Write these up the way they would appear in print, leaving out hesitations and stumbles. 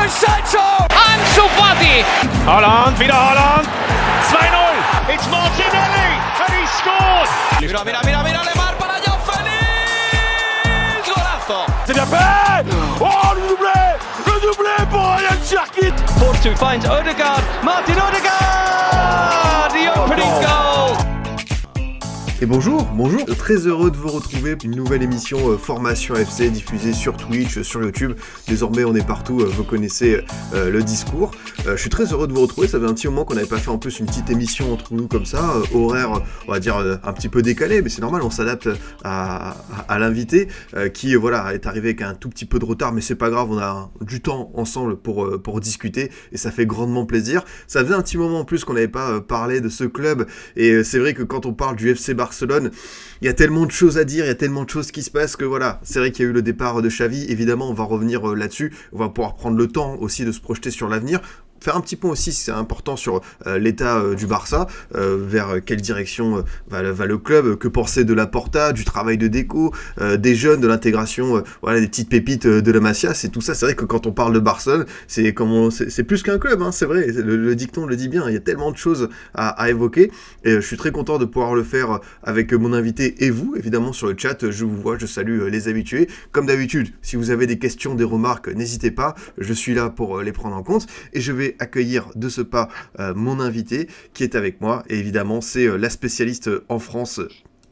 Sancho! Ansu Fati! Haaland, wieder Haaland! 2-0! It's Martinelli! And he scored! Mira, Lemar para Joao Félix! Golazo! C'est bien fait! Oh, le doublé pour Ryan Cherki! Porto finds Odegaard, Martin Odegaard! The opening goal! Et bonjour, très heureux de vous retrouver pour une nouvelle émission Formation FC diffusée sur Twitch, sur YouTube. Désormais on est partout, vous connaissez le discours. Je suis très heureux de vous retrouver, ça fait un petit moment qu'on n'avait pas fait en plus une petite émission entre nous comme ça, horaire on va dire un petit peu décalé, mais c'est normal, on s'adapte à l'invité qui voilà est arrivé avec un tout petit peu de retard, mais c'est pas grave, on a du temps ensemble pour discuter et ça fait grandement plaisir. Ça faisait un petit moment en plus qu'on n'avait pas parlé de ce club et c'est vrai que quand on parle du FC Barcelone, il y a tellement de choses à dire, il y a tellement de choses qui se passent que voilà, c'est vrai qu'il y a eu le départ de Xavi, évidemment on va revenir là-dessus, on va pouvoir prendre le temps aussi de se projeter sur l'avenir, faire un petit point aussi, c'est important sur l'état du Barça, vers quelle direction va le club, que penser de la Porta, du travail de Deco, des jeunes, de l'intégration, voilà, des petites pépites de la Masia, c'est tout ça. C'est vrai que quand on parle de Barcelone, c'est plus qu'un club, hein, c'est vrai, le dicton le dit bien, il y a tellement de choses à évoquer, et je suis très content de pouvoir le faire avec mon invité et vous, évidemment sur le chat, je vous vois, je salue les habitués. Comme d'habitude, si vous avez des questions, des remarques, n'hésitez pas, je suis là pour les prendre en compte, et je vais accueillir de ce pas mon invité qui est avec moi, et évidemment c'est la spécialiste en France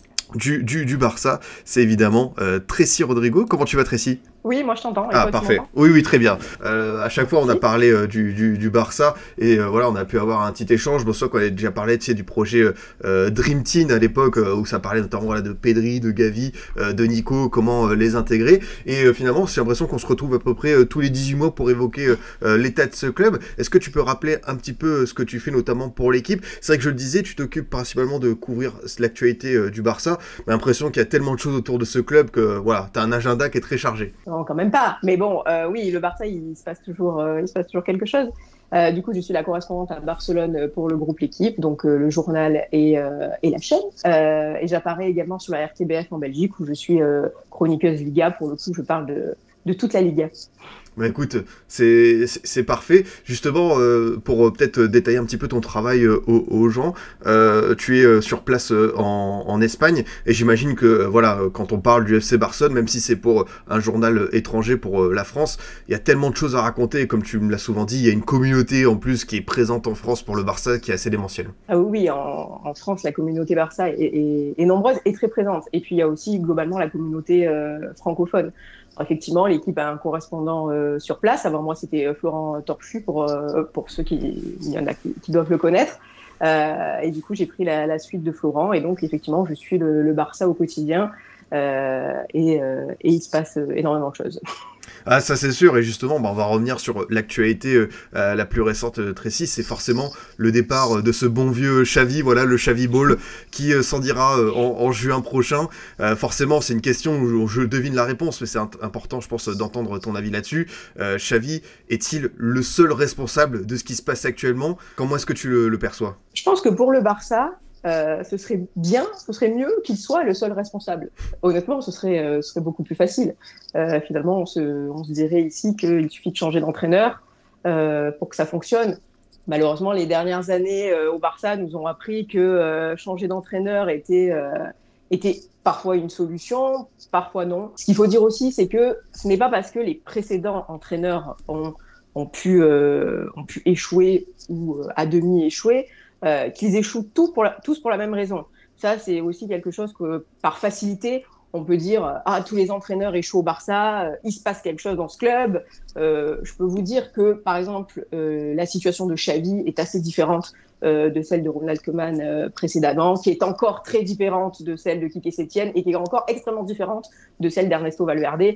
du Barça, c'est évidemment Tracy Rodrigo. Comment tu vas, Tracy ? Oui, moi je t'entends. Ah, parfait. Oui, très bien. À chaque fois, on a parlé du Barça et voilà, on a pu avoir un petit échange. Bon, soit qu'on avait déjà parlé, tu sais, du projet Dream Team à l'époque où ça parlait notamment voilà, de Pedri, de Gavi, de Nico, comment les intégrer. Et finalement, j'ai l'impression qu'on se retrouve à peu près tous les 18 mois pour évoquer l'état de ce club. Est-ce que tu peux rappeler un petit peu ce que tu fais notamment pour l'équipe ? C'est vrai que je le disais, tu t'occupes principalement de couvrir l'actualité du Barça. J'ai l'impression qu'il y a tellement de choses autour de ce club que voilà, tu as un agenda qui est très chargé. Non, quand même pas. Mais bon, oui, le Barça, il se passe toujours quelque chose. Du coup, je suis la correspondante à Barcelone pour le groupe L'Équipe, donc le journal et la chaîne. Et j'apparais également sur la RTBF en Belgique, où je suis chroniqueuse Liga. Pour le coup, je parle de toute la Liga. Bah écoute, c'est parfait. Justement, pour peut-être détailler un petit peu ton travail aux gens, tu es sur place en Espagne, et j'imagine que voilà, quand on parle du FC Barcelone, même si c'est pour un journal étranger pour la France, il y a tellement de choses à raconter, et comme tu me l'as souvent dit, il y a une communauté en plus qui est présente en France pour le Barça qui est assez démentielle. Ah oui, en France, la communauté Barça est nombreuse et très présente. Et puis il y a aussi globalement la communauté francophone. Effectivement, l'équipe a un correspondant sur place. Avant moi, c'était Florent Torchu pour ceux il y en a qui doivent le connaître. Et du coup, j'ai pris la suite de Florent. Et donc, effectivement, je suis le Barça au quotidien. Et il se passe énormément de choses. Ah, ça c'est sûr, et justement on va revenir sur l'actualité la plus récente, Tracy, c'est forcément le départ de ce bon vieux Xavi, voilà, le Xavi Ball qui s'en dira en juin prochain. Forcément c'est une question où je devine la réponse, mais c'est important je pense d'entendre ton avis là-dessus. Xavi est-il le seul responsable de ce qui se passe actuellement ? Comment est-ce que tu le perçois ? Je pense que pour le Barça, ce serait mieux qu'il soit le seul responsable. Honnêtement, ce serait beaucoup plus facile. Finalement, on se dirait ici qu'il suffit de changer d'entraîneur pour que ça fonctionne. Malheureusement, les dernières années au Barça nous ont appris que changer d'entraîneur était parfois une solution, parfois non. Ce qu'il faut dire aussi, c'est que ce n'est pas parce que les précédents entraîneurs ont pu échouer ou à demi échouer qu'ils échouent tous pour la même raison. Ça, c'est aussi quelque chose que, par facilité, on peut dire tous les entraîneurs échouent au Barça, il se passe quelque chose dans ce club. Je peux vous dire que, par exemple, la situation de Xavi est assez différente de celle de Ronald Koeman précédemment, qui est encore très différente de celle de Quique Setién et qui est encore extrêmement différente de celle d'Ernesto Valverde.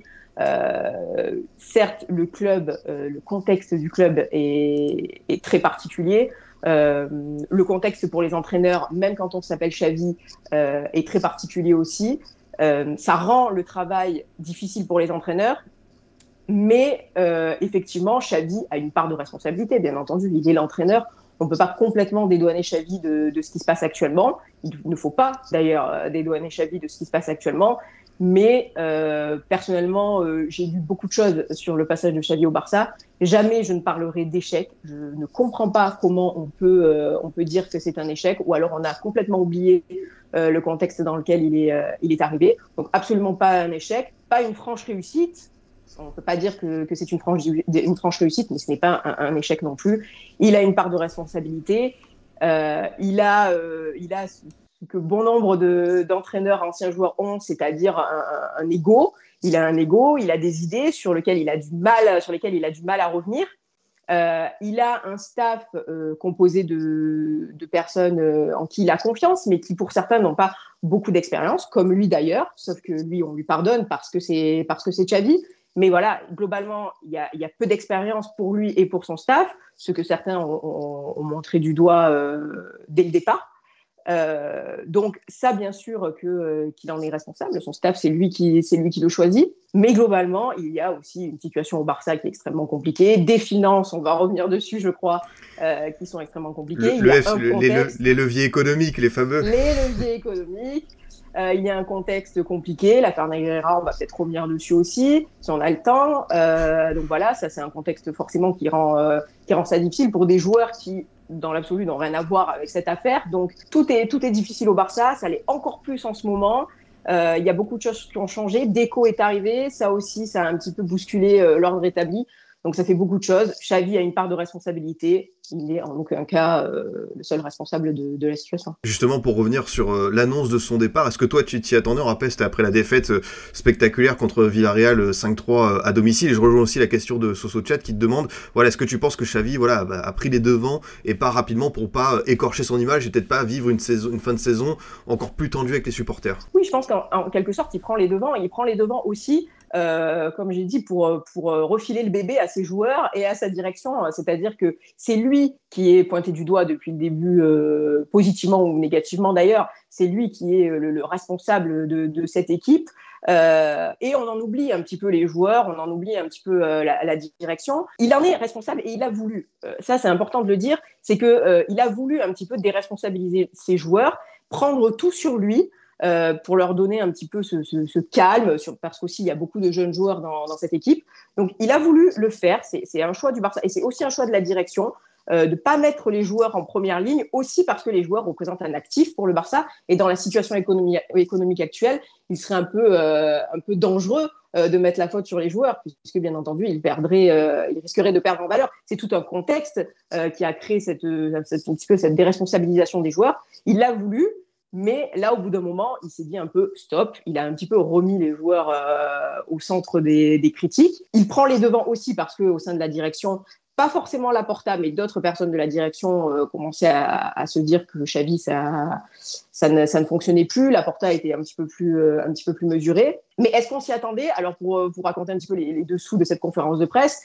Certes, le contexte du club est très particulier. Le contexte pour les entraîneurs, même quand on s'appelle Xavi, est très particulier aussi. Ça rend le travail difficile pour les entraîneurs, mais effectivement, Xavi a une part de responsabilité, bien entendu. Il est l'entraîneur. On ne peut pas complètement dédouaner Xavi de ce qui se passe actuellement. Il ne faut pas, d'ailleurs, dédouaner Xavi de ce qui se passe actuellement. Mais personnellement, j'ai lu beaucoup de choses sur le passage de Xavi au Barça. Jamais je ne parlerai d'échec. Je ne comprends pas comment on peut dire que c'est un échec, ou alors on a complètement oublié le contexte dans lequel il est arrivé. Donc absolument pas un échec, pas une franche réussite. On ne peut pas dire que c'est une franche réussite, mais ce n'est pas un échec non plus. Il a une part de responsabilité. Il a ce que bon nombre d'entraîneurs, anciens joueurs ont, c'est-à-dire un ego. Il a un ego, il a des idées sur lesquelles il a du mal à revenir. Il a un staff composé de personnes en qui il a confiance, mais qui pour certains n'ont pas beaucoup d'expérience, comme lui d'ailleurs, sauf que lui, on lui pardonne parce que c'est Xavi. Mais voilà, globalement, il y a peu d'expérience pour lui et pour son staff, ce que certains ont montré du doigt dès le départ. Donc ça, bien sûr, qu'il en est responsable. Son staff, c'est lui qui le choisit. Mais globalement, il y a aussi une situation au Barça qui est extrêmement compliquée. Des finances, on va revenir dessus, je crois, qui sont extrêmement compliquées. Les leviers économiques, les fameux. Les leviers économiques. Il y a un contexte compliqué, l'affaire Negreira, on va peut-être revenir dessus aussi, si on a le temps. Donc voilà, ça c'est un contexte forcément qui rend ça difficile pour des joueurs qui, dans l'absolu, n'ont rien à voir avec cette affaire. Donc tout est difficile au Barça, ça l'est encore plus en ce moment. Il y a beaucoup de choses qui ont changé. Deco est arrivé, ça aussi, ça a un petit peu bousculé l'ordre établi. Donc ça fait beaucoup de choses. Xavi a une part de responsabilité. Il n'est en aucun cas le seul responsable de la situation. Justement, pour revenir sur l'annonce de son départ, est-ce que toi tu t'y attendais? On rappelle, c'était après la défaite spectaculaire contre Villarreal 5-3 à domicile. Et je rejoins aussi la question de Soso Chat qui te demande, voilà, est-ce que tu penses que Xavi a pris les devants et pas rapidement pour pas écorcher son image et peut-être pas vivre une fin de saison encore plus tendue avec les supporters? Oui, je pense qu'en quelque sorte, il prend les devants. Et il prend les devants aussi, comme j'ai dit, pour refiler le bébé à ses joueurs et à sa direction. C'est-à-dire que c'est lui qui est pointé du doigt depuis le début, positivement ou négativement d'ailleurs. C'est lui qui est le responsable de cette équipe. Et on en oublie un petit peu les joueurs, on en oublie un petit peu la direction. Il en est responsable et il a voulu. Ça, c'est important de le dire. C'est qu'il a voulu un petit peu déresponsabiliser ses joueurs, prendre tout sur lui. Pour leur donner un petit peu ce calme, parce qu'aussi il y a beaucoup de jeunes joueurs dans cette équipe. Donc il a voulu le faire, c'est un choix du Barça et c'est aussi un choix de la direction de ne pas mettre les joueurs en première ligne, aussi parce que les joueurs représentent un actif pour le Barça et dans la situation économique actuelle, il serait un peu dangereux de mettre la faute sur les joueurs, puisque bien entendu ils risqueraient de perdre en valeur. C'est tout un contexte qui a créé un petit peu cette déresponsabilisation des joueurs. Il l'a voulu. Mais là, au bout d'un moment, il s'est dit un peu stop. Il a un petit peu remis les joueurs au centre des critiques. Il prend les devants aussi parce qu'au sein de la direction, pas forcément Laporta, mais d'autres personnes de la direction commençaient à se dire que Xavi, ça ne fonctionnait plus. Laporta était un petit peu plus mesuré. Mais est-ce qu'on s'y attendait? Alors, pour vous raconter un petit peu les dessous de cette conférence de presse,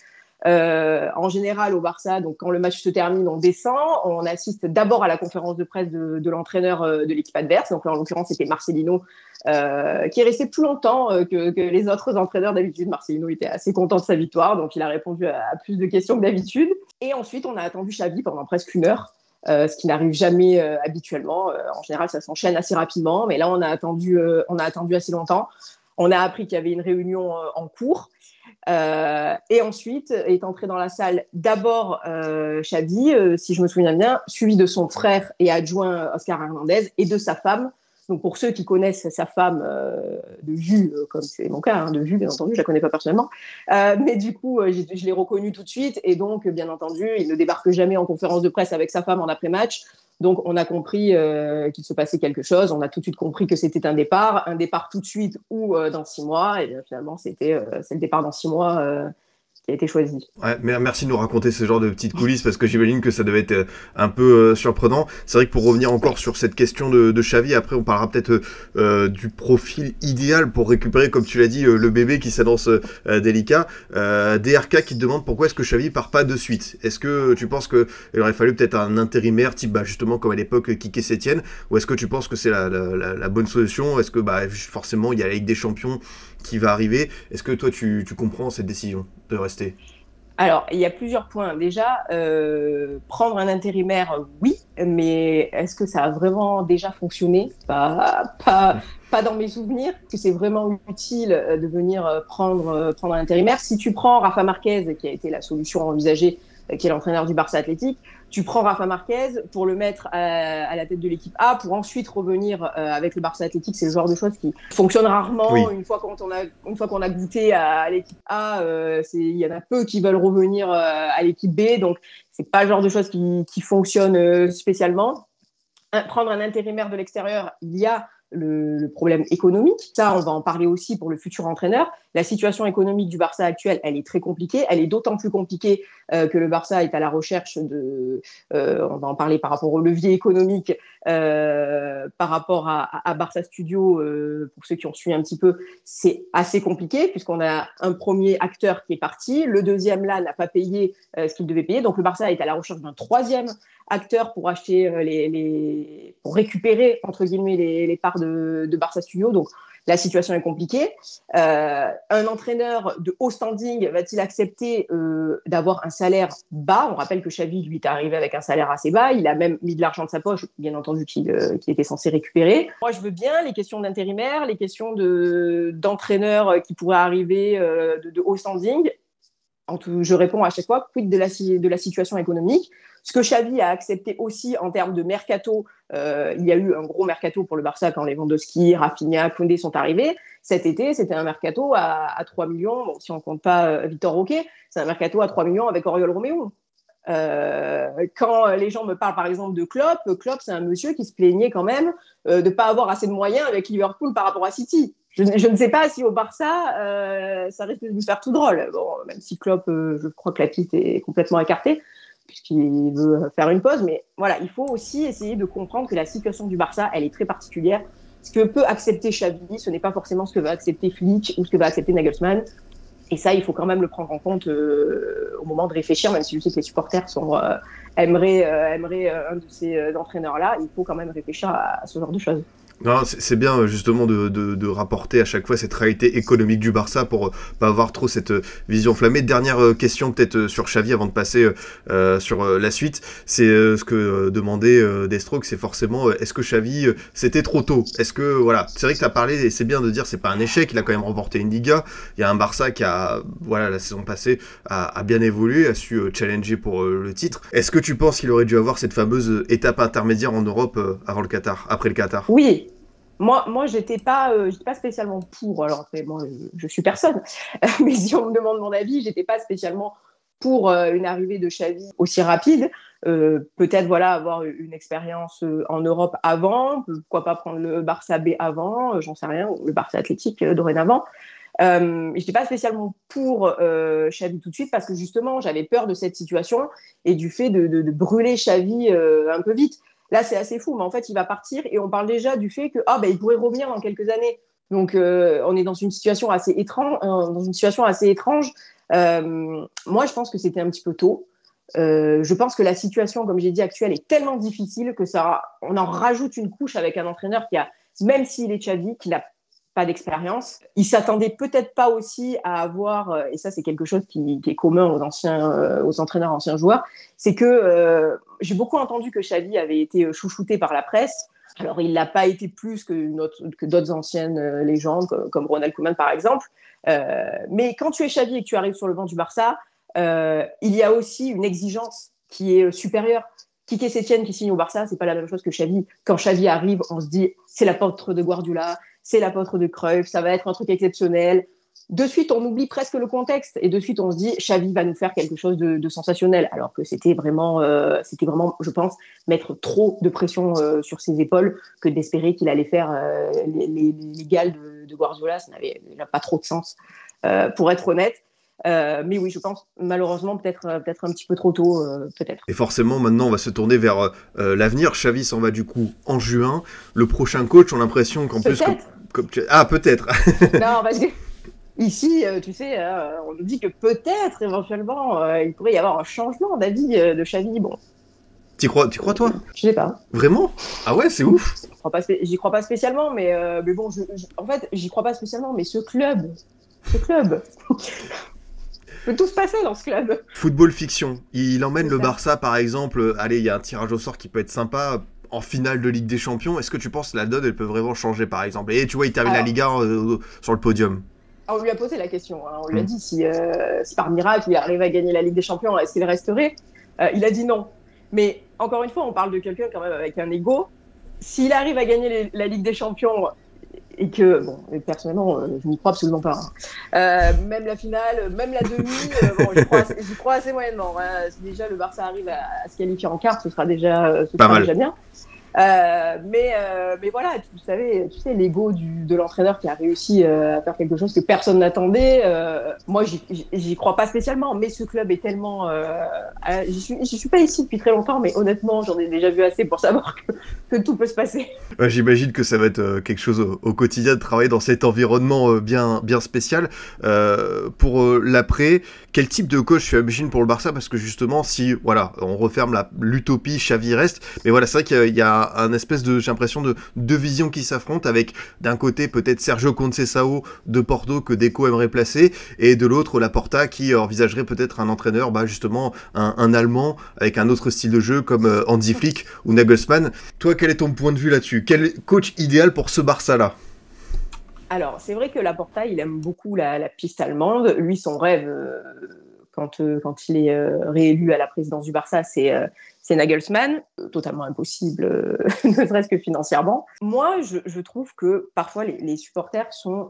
en général au Barça, donc quand le match se termine, on descend, on assiste d'abord à la conférence de presse de l'entraîneur de l'équipe adverse, donc là, en l'occurrence c'était Marcelino, qui est resté plus longtemps que les autres entraîneurs d'habitude. Marcelino était assez content de sa victoire, donc il a répondu à plus de questions que d'habitude, et ensuite on a attendu Xavi pendant presque une heure, ce qui n'arrive jamais habituellement. En général ça s'enchaîne assez rapidement, mais là on a attendu assez longtemps. On a appris qu'il y avait une réunion en cours. Et ensuite est entré dans la salle d'abord Xavi, si je me souviens bien, suivi de son frère et adjoint Oscar Hernandez et de sa femme. Donc pour ceux qui connaissent sa femme de vue, comme c'est mon cas, de vue bien entendu, je la connais pas personnellement, mais du coup je l'ai reconnu tout de suite et donc bien entendu il ne débarque jamais en conférence de presse avec sa femme en après-match. Donc on a compris qu'il se passait quelque chose, on a tout de suite compris que c'était un départ tout de suite ou dans 6 mois, et bien finalement c'est le départ dans 6 mois qui a été choisi. Ouais, mais merci de nous raconter ce genre de petites coulisses parce que j'imagine que ça devait être un peu surprenant. C'est vrai que pour revenir encore sur cette question de Xavi, après on parlera peut-être du profil idéal pour récupérer, comme tu l'as dit, le bébé qui s'annonce délicat. DRK qui te demande pourquoi est-ce que Xavi part pas de suite. Est-ce que tu penses qu'il aurait fallu peut-être un intérimaire type justement comme à l'époque Quique Sétienne, ou est-ce que tu penses que c'est la bonne solution? Est-ce que forcément il y a la Ligue des Champions qui va arriver? Est-ce que toi tu comprends cette décision de rester? Alors, il y a plusieurs points. Déjà, prendre un intérimaire, oui, mais est-ce que ça a vraiment déjà fonctionné? Pas dans mes souvenirs. Est-ce que c'est vraiment utile de venir prendre un intérimaire? Si tu prends Rafa Marquez, qui a été la solution envisagée, qui est l'entraîneur du Barça Athletic, tu prends Rafa Marquez pour le mettre à la tête de l'équipe A, pour ensuite revenir avec le Barça Athletic. C'est le genre de choses qui fonctionnent rarement. Oui. Une fois qu'on a goûté à l'équipe A, il y en a peu qui veulent revenir à l'équipe B. Donc, c'est pas le genre de choses qui fonctionnent spécialement. Prendre un intérimaire de l'extérieur, il y a le problème économique. Ça, on va en parler aussi pour le futur entraîneur. La situation économique du Barça actuelle, elle est très compliquée. Elle est d'autant plus compliquée que le Barça est à la recherche on va en parler par rapport au levier économique, par rapport à Barça Studio. Pour ceux qui ont suivi un petit peu, c'est assez compliqué puisqu'on a un premier acteur qui est parti. Le deuxième, là, n'a pas payé ce qu'il devait payer. Donc, le Barça est à la recherche d'un troisième acteur pour acheter pour récupérer entre guillemets les parts de Barça Studio. Donc la situation est compliquée. Un entraîneur de haut standing va-t-il accepter d'avoir un salaire bas? On rappelle que Xavi, lui, est arrivé avec un salaire assez bas. Il a même mis de l'argent de sa poche, bien entendu, qu'il était censé récupérer. Moi, je veux bien les questions d'intérimaire, les questions d'entraîneurs qui pourraient arriver de haut standing. Je réponds à chaque fois, quid de la situation économique. Ce que Xavi a accepté aussi en termes de mercato, il y a eu un gros mercato pour le Barça quand Lewandowski, Rafinha, Koundé sont arrivés. Cet été, c'était un mercato à 3 millions. Bon, si on ne compte pas Victor Roque, c'est un mercato à 3 millions avec Oriol Roméo. Quand les gens me parlent par exemple de Klopp, c'est un monsieur qui se plaignait quand même de ne pas avoir assez de moyens avec Liverpool par rapport à City. Je ne sais pas si au Barça, ça risque de lui faire tout drôle. Bon, même si Klopp, je crois que la piste est complètement écartée, puisqu'il veut faire une pause. Mais voilà, il faut aussi essayer de comprendre que la situation du Barça, elle est très particulière. Ce que peut accepter Xavi, ce n'est pas forcément ce que va accepter Flick ou ce que va accepter Nagelsmann. Et ça, il faut quand même le prendre en compte au moment de réfléchir, même si je sais que les supporters aimeraient un de ces entraîneurs-là. Il faut quand même réfléchir à ce genre de choses. Non, c'est bien justement de rapporter à chaque fois cette réalité économique du Barça pour pas avoir trop cette vision enflammée. Dernière question peut-être sur Xavi avant de passer sur la suite. C'est ce que demandait Destrok, c'est forcément est-ce que Xavi c'était trop tôt? Est-ce que voilà, c'est vrai que tu as parlé et c'est bien de dire c'est pas un échec, il a quand même remporté une Liga. Il y a un Barça qui a la saison passée a bien évolué, a su challenger pour le titre. Est-ce que tu penses qu'il aurait dû avoir cette fameuse étape intermédiaire en Europe avant le Qatar, après le Qatar? Oui. Moi, j'étais pas spécialement pour. Alors après, moi, je suis personne, mais si on me demande mon avis, j'étais pas spécialement pour une arrivée de Xavi aussi rapide. Peut-être avoir une expérience en Europe avant. Pourquoi pas prendre le Barça B avant, j'en sais rien, ou le Barça Athletic dorénavant. J'étais pas spécialement pour Xavi tout de suite parce que justement, j'avais peur de cette situation et du fait de brûler Xavi un peu vite. Là, c'est assez fou, mais en fait, il va partir et on parle déjà du fait que il pourrait revenir dans quelques années. Donc, on est dans une situation assez étrange. Moi, je pense que c'était un petit peu tôt. Je pense que la situation, comme j'ai dit, actuelle est tellement difficile que on en rajoute une couche avec un entraîneur qui a, même s'il est Xavi, qui n'a pas d'expérience. Il s'attendait peut-être pas aussi à avoir, et ça c'est quelque chose qui est commun aux entraîneurs anciens joueurs, c'est que j'ai beaucoup entendu que Xavi avait été chouchouté par la presse. Alors il l'a pas été plus que d'autres anciennes légendes comme Ronald Koeman par exemple. Mais quand tu es Xavi et que tu arrives sur le banc du Barça, il y a aussi une exigence qui est supérieure. Quique Setien qui signe au Barça, c'est pas la même chose que Xavi. Quand Xavi arrive, on se dit c'est l'apôtre de Guardiola, c'est l'apôtre de Cruyff, ça va être un truc exceptionnel. De suite, on oublie presque le contexte et de suite, on se dit Xavi va nous faire quelque chose de sensationnel. Alors que c'était vraiment, je pense, mettre trop de pression sur ses épaules que d'espérer qu'il allait faire les gals de Guardiola. Ça n'avait pas trop de sens, pour être honnête. Mais oui, je pense malheureusement peut-être un petit peu trop tôt, peut-être. Et forcément, maintenant, on va se tourner vers l'avenir. Xavi s'en va du coup en juin. Le prochain coach, on a l'impression qu'en plus... peut-être. Non, parce que ici, tu sais, on nous dit que peut-être, éventuellement, il pourrait y avoir un changement d'avis de Xavi. Bon. T'y crois toi? Je sais pas. Vraiment? Ah ouais, c'est ouf. J'y crois pas spécialement, mais bon, en fait, j'y crois pas spécialement, mais ce club. peut tout se passer dans ce club. Football fiction. Il emmène C'est le ça. Barça, par exemple. Allez, il y a un tirage au sort qui peut être sympa. En finale de Ligue des Champions, est-ce que tu penses que la donne, elle peut vraiment changer, par exemple? Et tu vois, il termine la Alors, Liga sur le podium. on lui a posé la question, hein. On lui a dit si par miracle il arrive à gagner la Ligue des Champions, est-ce qu'il resterait? Il a dit non. Mais encore une fois, on parle de quelqu'un quand même avec un ego. S'il arrive à gagner la Ligue des Champions et que, bon, personnellement, je n'y crois absolument pas, hein. Même la finale, même la demi, bon, j'y crois assez moyennement, hein. Si déjà le Barça arrive à se qualifier en quart, ce sera déjà bien. Mais voilà, tu sais, l'ego tu sais, l'entraîneur qui a réussi à faire quelque chose que personne n'attendait. Moi, j'y crois pas spécialement, mais ce club est tellement. J'y suis pas ici depuis très longtemps, mais honnêtement, j'en ai déjà vu assez pour savoir que tout peut se passer. Ouais, j'imagine que ça va être quelque chose au quotidien de travailler dans cet environnement bien spécial. Pour l'après, quel type de coach tu imagines pour le Barça? Parce que justement, si voilà, on referme l'utopie, Xavi reste, mais voilà, c'est vrai qu'il y a un espèce de, j'ai l'impression de deux visions qui s'affrontent, avec d'un côté peut-être Sergio Conceição de Porto que Deco aimerait placer, et de l'autre Laporta qui envisagerait peut-être un entraîneur, justement un Allemand avec un autre style de jeu comme Hansi Flick ou Nagelsmann. Toi, quel est ton point de vue là-dessus? Quel coach idéal pour ce Barça-là? Alors, c'est vrai que Laporta, il aime beaucoup la piste allemande. Lui, son rêve, quand il est réélu à la présidence du Barça, c'est Nagelsmann. Totalement impossible, ne serait-ce que financièrement. Moi, je trouve que parfois, les supporters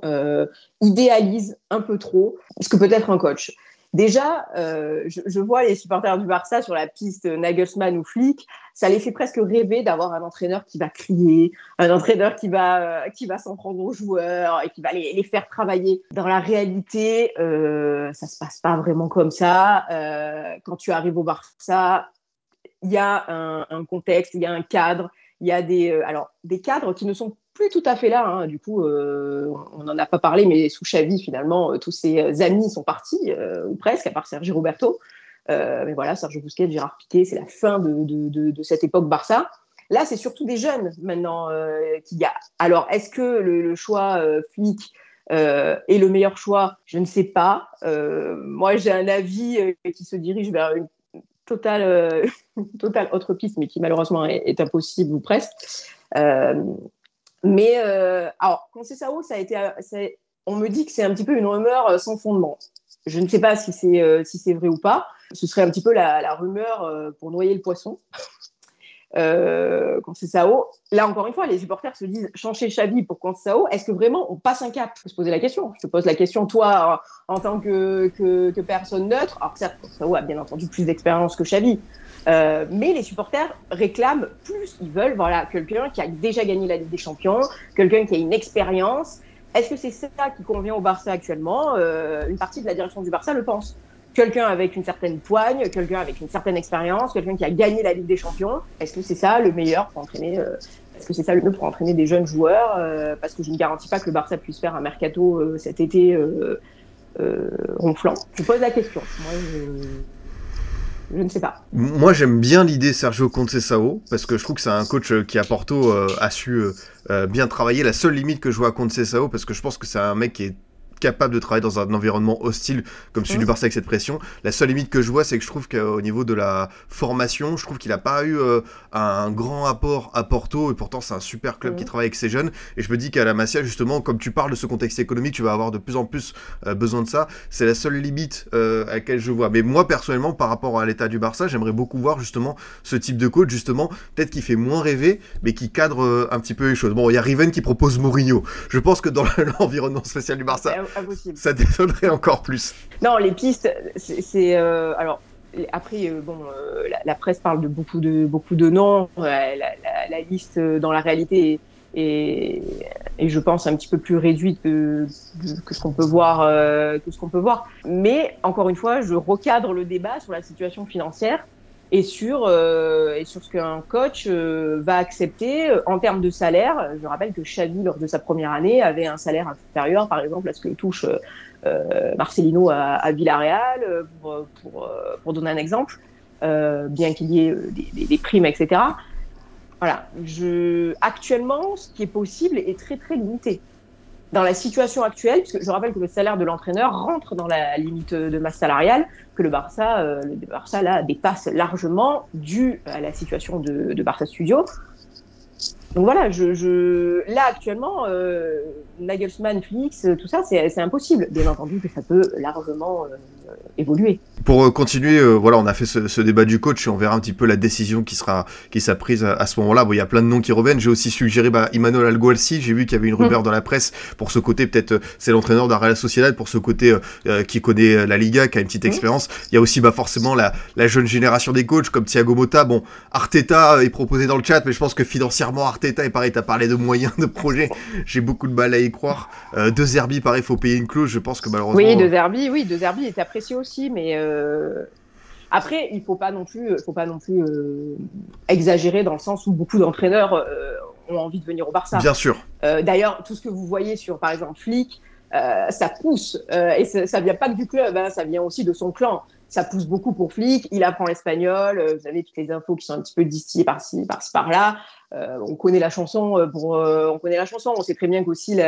idéalisent un peu trop ce que peut être un coach. Déjà, je vois les supporters du Barça sur la piste Nagelsmann ou Flick, ça les fait presque rêver d'avoir un entraîneur qui va crier, un entraîneur qui va s'en prendre aux joueurs et qui va les faire travailler. Dans la réalité, ça se passe pas vraiment comme ça. Quand tu arrives au Barça, il y a un contexte, il y a un cadre, il y a des cadres qui ne sont plus tout à fait là, hein. Du coup, on n'en a pas parlé, mais sous Xavi, finalement, tous ses amis sont partis, ou presque, à part Sergi Roberto. Mais voilà, Sergio Busquets, Gérard Piqué, c'est la fin de cette époque Barça. Là, c'est surtout des jeunes, maintenant, qu'il y a. Alors, est-ce que le choix Flick est le meilleur choix? Je ne sais pas. Moi, j'ai un avis qui se dirige vers une totale autre piste, mais qui malheureusement est impossible ou presque. Mais alors, Conceição, on me dit que c'est un petit peu une rumeur sans fondement. Je ne sais pas si c'est vrai ou pas. Ce serait un petit peu la rumeur pour noyer le poisson. Conceição. Là, encore une fois, les supporters se disent changer Xavi pour Conceição. Est-ce que vraiment on passe un cap? Il faut se poser la question. Je te pose la question, toi, en tant que personne neutre. Alors, certes, Conceição a bien entendu plus d'expérience que Xavi. Mais les supporters réclament plus, ils veulent quelqu'un qui a déjà gagné la Ligue des Champions, quelqu'un qui a une expérience. Est-ce que c'est ça qui convient au Barça actuellement? Une partie de la direction du Barça le pense. Quelqu'un avec une certaine poigne, quelqu'un avec une certaine expérience, quelqu'un qui a gagné la Ligue des Champions. Est-ce que c'est ça le meilleur pour entraîner Est-ce que c'est ça le mieux pour entraîner des jeunes joueurs? Parce que je ne garantis pas que le Barça puisse faire un mercato cet été ronflant. Je pose la question. Moi, je ne sais pas. Moi, j'aime bien l'idée Sergio Conceição, parce que je trouve que c'est un coach qui à Porto a su bien travailler. La seule limite que je vois à Conceição, parce que je pense que c'est un mec qui est capable de travailler dans un environnement hostile comme celui du Barça avec cette pression. La seule limite que je vois, c'est que je trouve qu'au niveau de la formation, je trouve qu'il n'a pas eu un grand apport à Porto, et pourtant c'est un super club qui travaille avec ses jeunes, et je me dis qu'à la Masia, justement, comme tu parles de ce contexte économique, tu vas avoir de plus en plus besoin de ça. C'est la seule limite à laquelle je vois. Mais moi, personnellement, par rapport à l'état du Barça, j'aimerais beaucoup voir justement ce type de coach, justement, peut-être qui fait moins rêver, mais qui cadre un petit peu les choses. Bon, il y a Riven qui propose Mourinho. Je pense que dans l'environnement spécial du Barça, impossible. Ça détonnerait encore plus. Non, les pistes, alors après, la presse parle de beaucoup de noms. La liste dans la réalité est je pense un petit peu plus réduite que ce qu'on peut voir. Mais encore une fois, je recadre le débat sur la situation financière et sur ce qu'un coach va accepter en termes de salaire. Je rappelle que Xavi, lors de sa première année, avait un salaire inférieur, par exemple, à ce que touche Marcelino à Villarreal, pour donner un exemple, bien qu'il y ait des primes, etc. Voilà. Actuellement, ce qui est possible est très, très limité. dans la situation actuelle, puisque je rappelle que le salaire de l'entraîneur rentre dans la limite de masse salariale, que le Barça là, dépasse largement dû à la situation de Barça Studio. Donc voilà, là actuellement, Nagelsmann, Flick, tout ça, c'est impossible. Bien entendu que ça peut largement évoluer. Pour continuer, voilà, on a fait ce débat du coach et on verra un petit peu la décision qui sera prise à ce moment-là. Bon, il y a plein de noms qui reviennent. J'ai aussi suggéré Imanol Alguacil. J'ai vu qu'il y avait une rumeur dans la presse pour ce côté, peut-être c'est l'entraîneur de la Real Sociedad, pour ce côté qui connaît la Liga, qui a une petite expérience. Il y a aussi forcément la jeune génération des coachs comme Thiago Motta. Bon, Arteta est proposé dans le chat, mais je pense que financièrement Arteta, et pareil, t'as parlé de moyens, de projets, j'ai beaucoup de mal à y croire. De Zerbi, pareil, faut payer une clause. Je pense que malheureusement. Oui, De Zerbi est apprécié aussi, mais après, il faut pas non plus exagérer dans le sens où beaucoup d'entraîneurs ont envie de venir au Barça. Bien sûr. D'ailleurs, tout ce que vous voyez sur, par exemple, Flick, ça pousse, et ça vient pas que du club, ça vient aussi de son clan. Ça pousse beaucoup pour Flick. Il apprend l'espagnol. Vous avez toutes les infos qui sont un petit peu distillées par-ci, par-là. On connaît la chanson. On sait très bien qu'aussi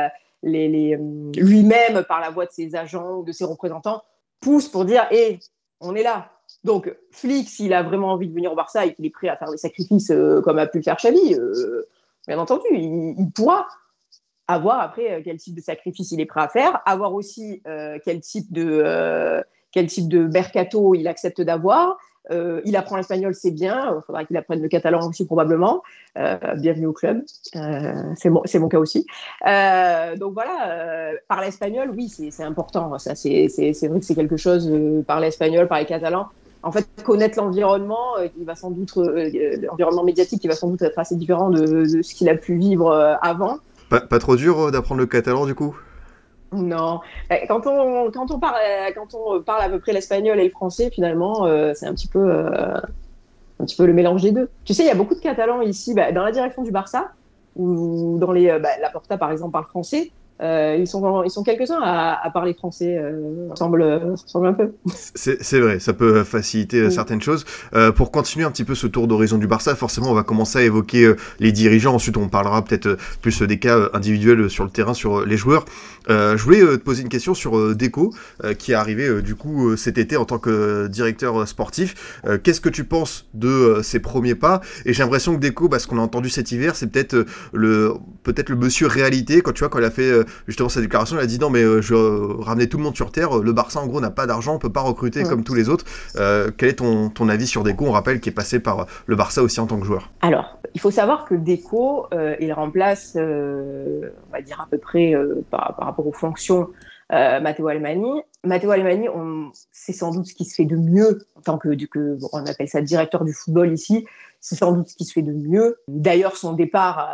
lui-même, par la voix de ses agents ou de ses représentants, pousse pour dire on est là. Donc, Flick, s'il a vraiment envie de venir au Barça et qu'il est prêt à faire des sacrifices comme a pu le faire Xavi, bien entendu, il pourra avoir après quel type de sacrifice il est prêt à faire, avoir aussi quel type de mercato il accepte d'avoir. Il apprend l'espagnol, c'est bien. Il faudra qu'il apprenne le catalan aussi probablement. Bienvenue au club. C'est mon cas aussi. Donc voilà, parler espagnol, oui, c'est important. Ça, c'est vrai que c'est quelque chose. Parler espagnol, parler catalan. En fait, connaître l'environnement, il va sans doute l'environnement médiatique, qui va sans doute être assez différent de ce qu'il a pu vivre avant. Pas trop dur d'apprendre le catalan du coup? Non, quand on parle à peu près l'espagnol et le français, finalement, c'est un petit peu le mélange des deux. Tu sais, il y a beaucoup de Catalans ici, dans la direction du Barça, ou dans la Porta, par exemple, parle français. Ils sont quelques-uns à parler français, ça ressemble un peu. C'est vrai, ça peut faciliter certaines choses. Pour continuer un petit peu ce tour d'horizon du Barça, forcément on va commencer à évoquer les dirigeants, ensuite on parlera peut-être plus des cas individuels sur le terrain, sur les joueurs. Je voulais te poser une question sur Deco, qui est arrivé du coup cet été en tant que directeur sportif. Qu'est-ce que tu penses de ses premiers pas? Et j'ai l'impression que Deco, ce qu'on a entendu cet hiver, c'est peut-être le monsieur réalité, quand il a fait justement sa déclaration, il a dit non mais je ramenais tout le monde sur terre, le Barça en gros n'a pas d'argent, on peut pas recruter comme tous les autres. Quel est ton avis sur Deco? On rappelle qu'il est passé par le Barça aussi en tant que joueur. Alors, il faut savoir que Deco, il remplace, on va dire à peu près par rapport aux fonctions, Matteo Alemany. Matteo Alemany, c'est sans doute ce qui se fait de mieux en tant que on appelle ça directeur du football ici. C'est sans doute ce qui se fait de mieux. D'ailleurs, le départ